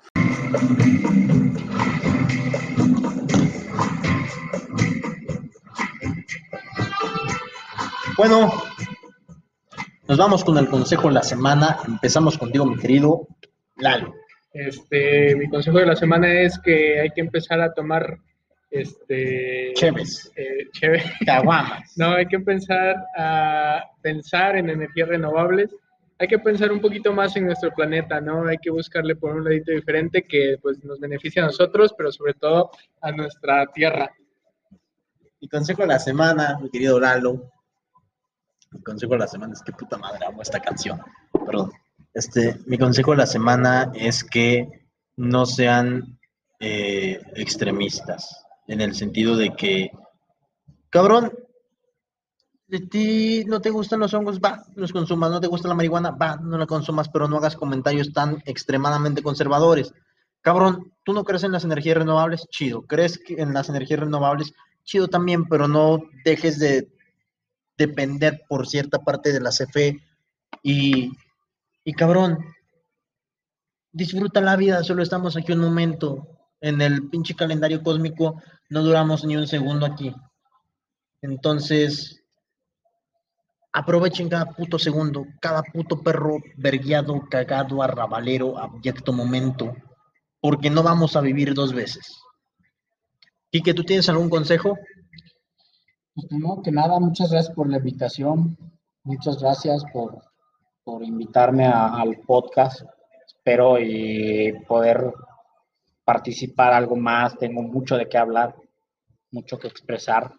Bueno, nos vamos con el consejo de la semana. Empezamos contigo, mi querido Lalo. Este, mi consejo de la semana es que hay que empezar a tomar este Chéves. eh, cheve. Caguamas. No, hay que empezar a pensar en energías renovables. Hay que pensar un poquito más en nuestro planeta, ¿no? Hay que buscarle por un ladito diferente que pues nos beneficie a nosotros, pero sobre todo a nuestra tierra. Mi consejo de la semana, mi querido Lalo. Mi consejo de la semana es que puta madre amo esta canción. Perdón. Este, mi consejo de la semana es que no sean eh, extremistas, en el sentido de que, cabrón, de ti no te gustan los hongos, va, los consumas, no te gusta la marihuana, va, no la consumas, pero no hagas comentarios tan extremadamente conservadores. Cabrón, ¿tú no crees en las energías renovables? Chido. ¿Crees que en las energías renovables? Chido también, pero no dejes de depender por cierta parte de la C F E y, y cabrón, disfruta la vida, solo estamos aquí un momento. En el pinche calendario cósmico no duramos ni un segundo aquí. Entonces, aprovechen cada puto segundo, cada puto perro vergueado, cagado, arrabalero, abyecto momento, porque no vamos a vivir dos veces. Quique, ¿tú tienes algún consejo? Pues primero que nada, muchas gracias por la invitación, muchas gracias por, por invitarme a- al podcast. Espero y poder participar algo más, tengo mucho de qué hablar, mucho que expresar.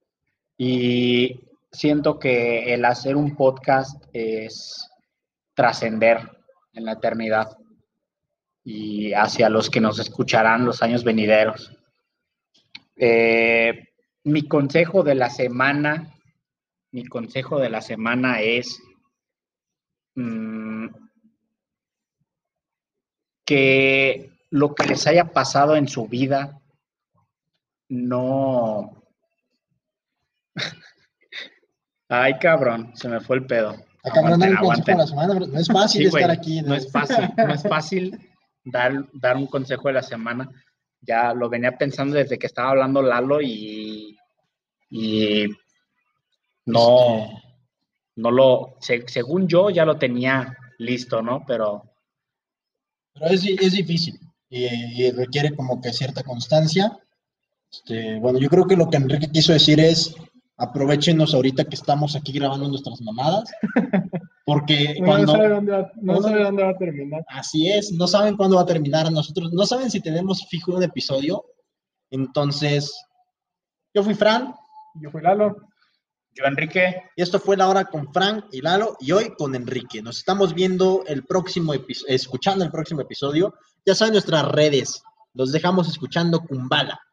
Y siento que el hacer un podcast es trascender en la eternidad y hacia los que nos escucharán los años venideros. Eh, mi consejo de la semana, mi consejo de la semana es mmm, que lo que les haya pasado en su vida no... Ay, cabrón, se me fue el pedo. Hay que mandar Aguanten, un consejo a aguanten. la semana, bro. No es fácil Sí, estar güey, aquí. no es fácil, no es fácil dar, dar un consejo de la semana. Ya lo venía pensando desde que estaba hablando Lalo y, y no, Este, no lo, se- según yo ya lo tenía listo, ¿no? Pero pero es, di- es difícil y, y requiere como que cierta constancia. Este, bueno, yo creo que lo que Enrique quiso decir es aprovechenos ahorita que estamos aquí grabando nuestras mamadas, porque Uno no cuando sabe dónde va, no uno- sabe dónde va a terminar. así es, no saben cuándo va a terminar, nosotros no saben si tenemos fijo un episodio, entonces yo fui Fran Yo fui Lalo. yo, Enrique, Y esto fue La Hora con Frank y Lalo y hoy con Enrique. Nos estamos viendo el próximo episodio, escuchando el próximo episodio. Ya saben nuestras redes. Los dejamos escuchando Kumbala.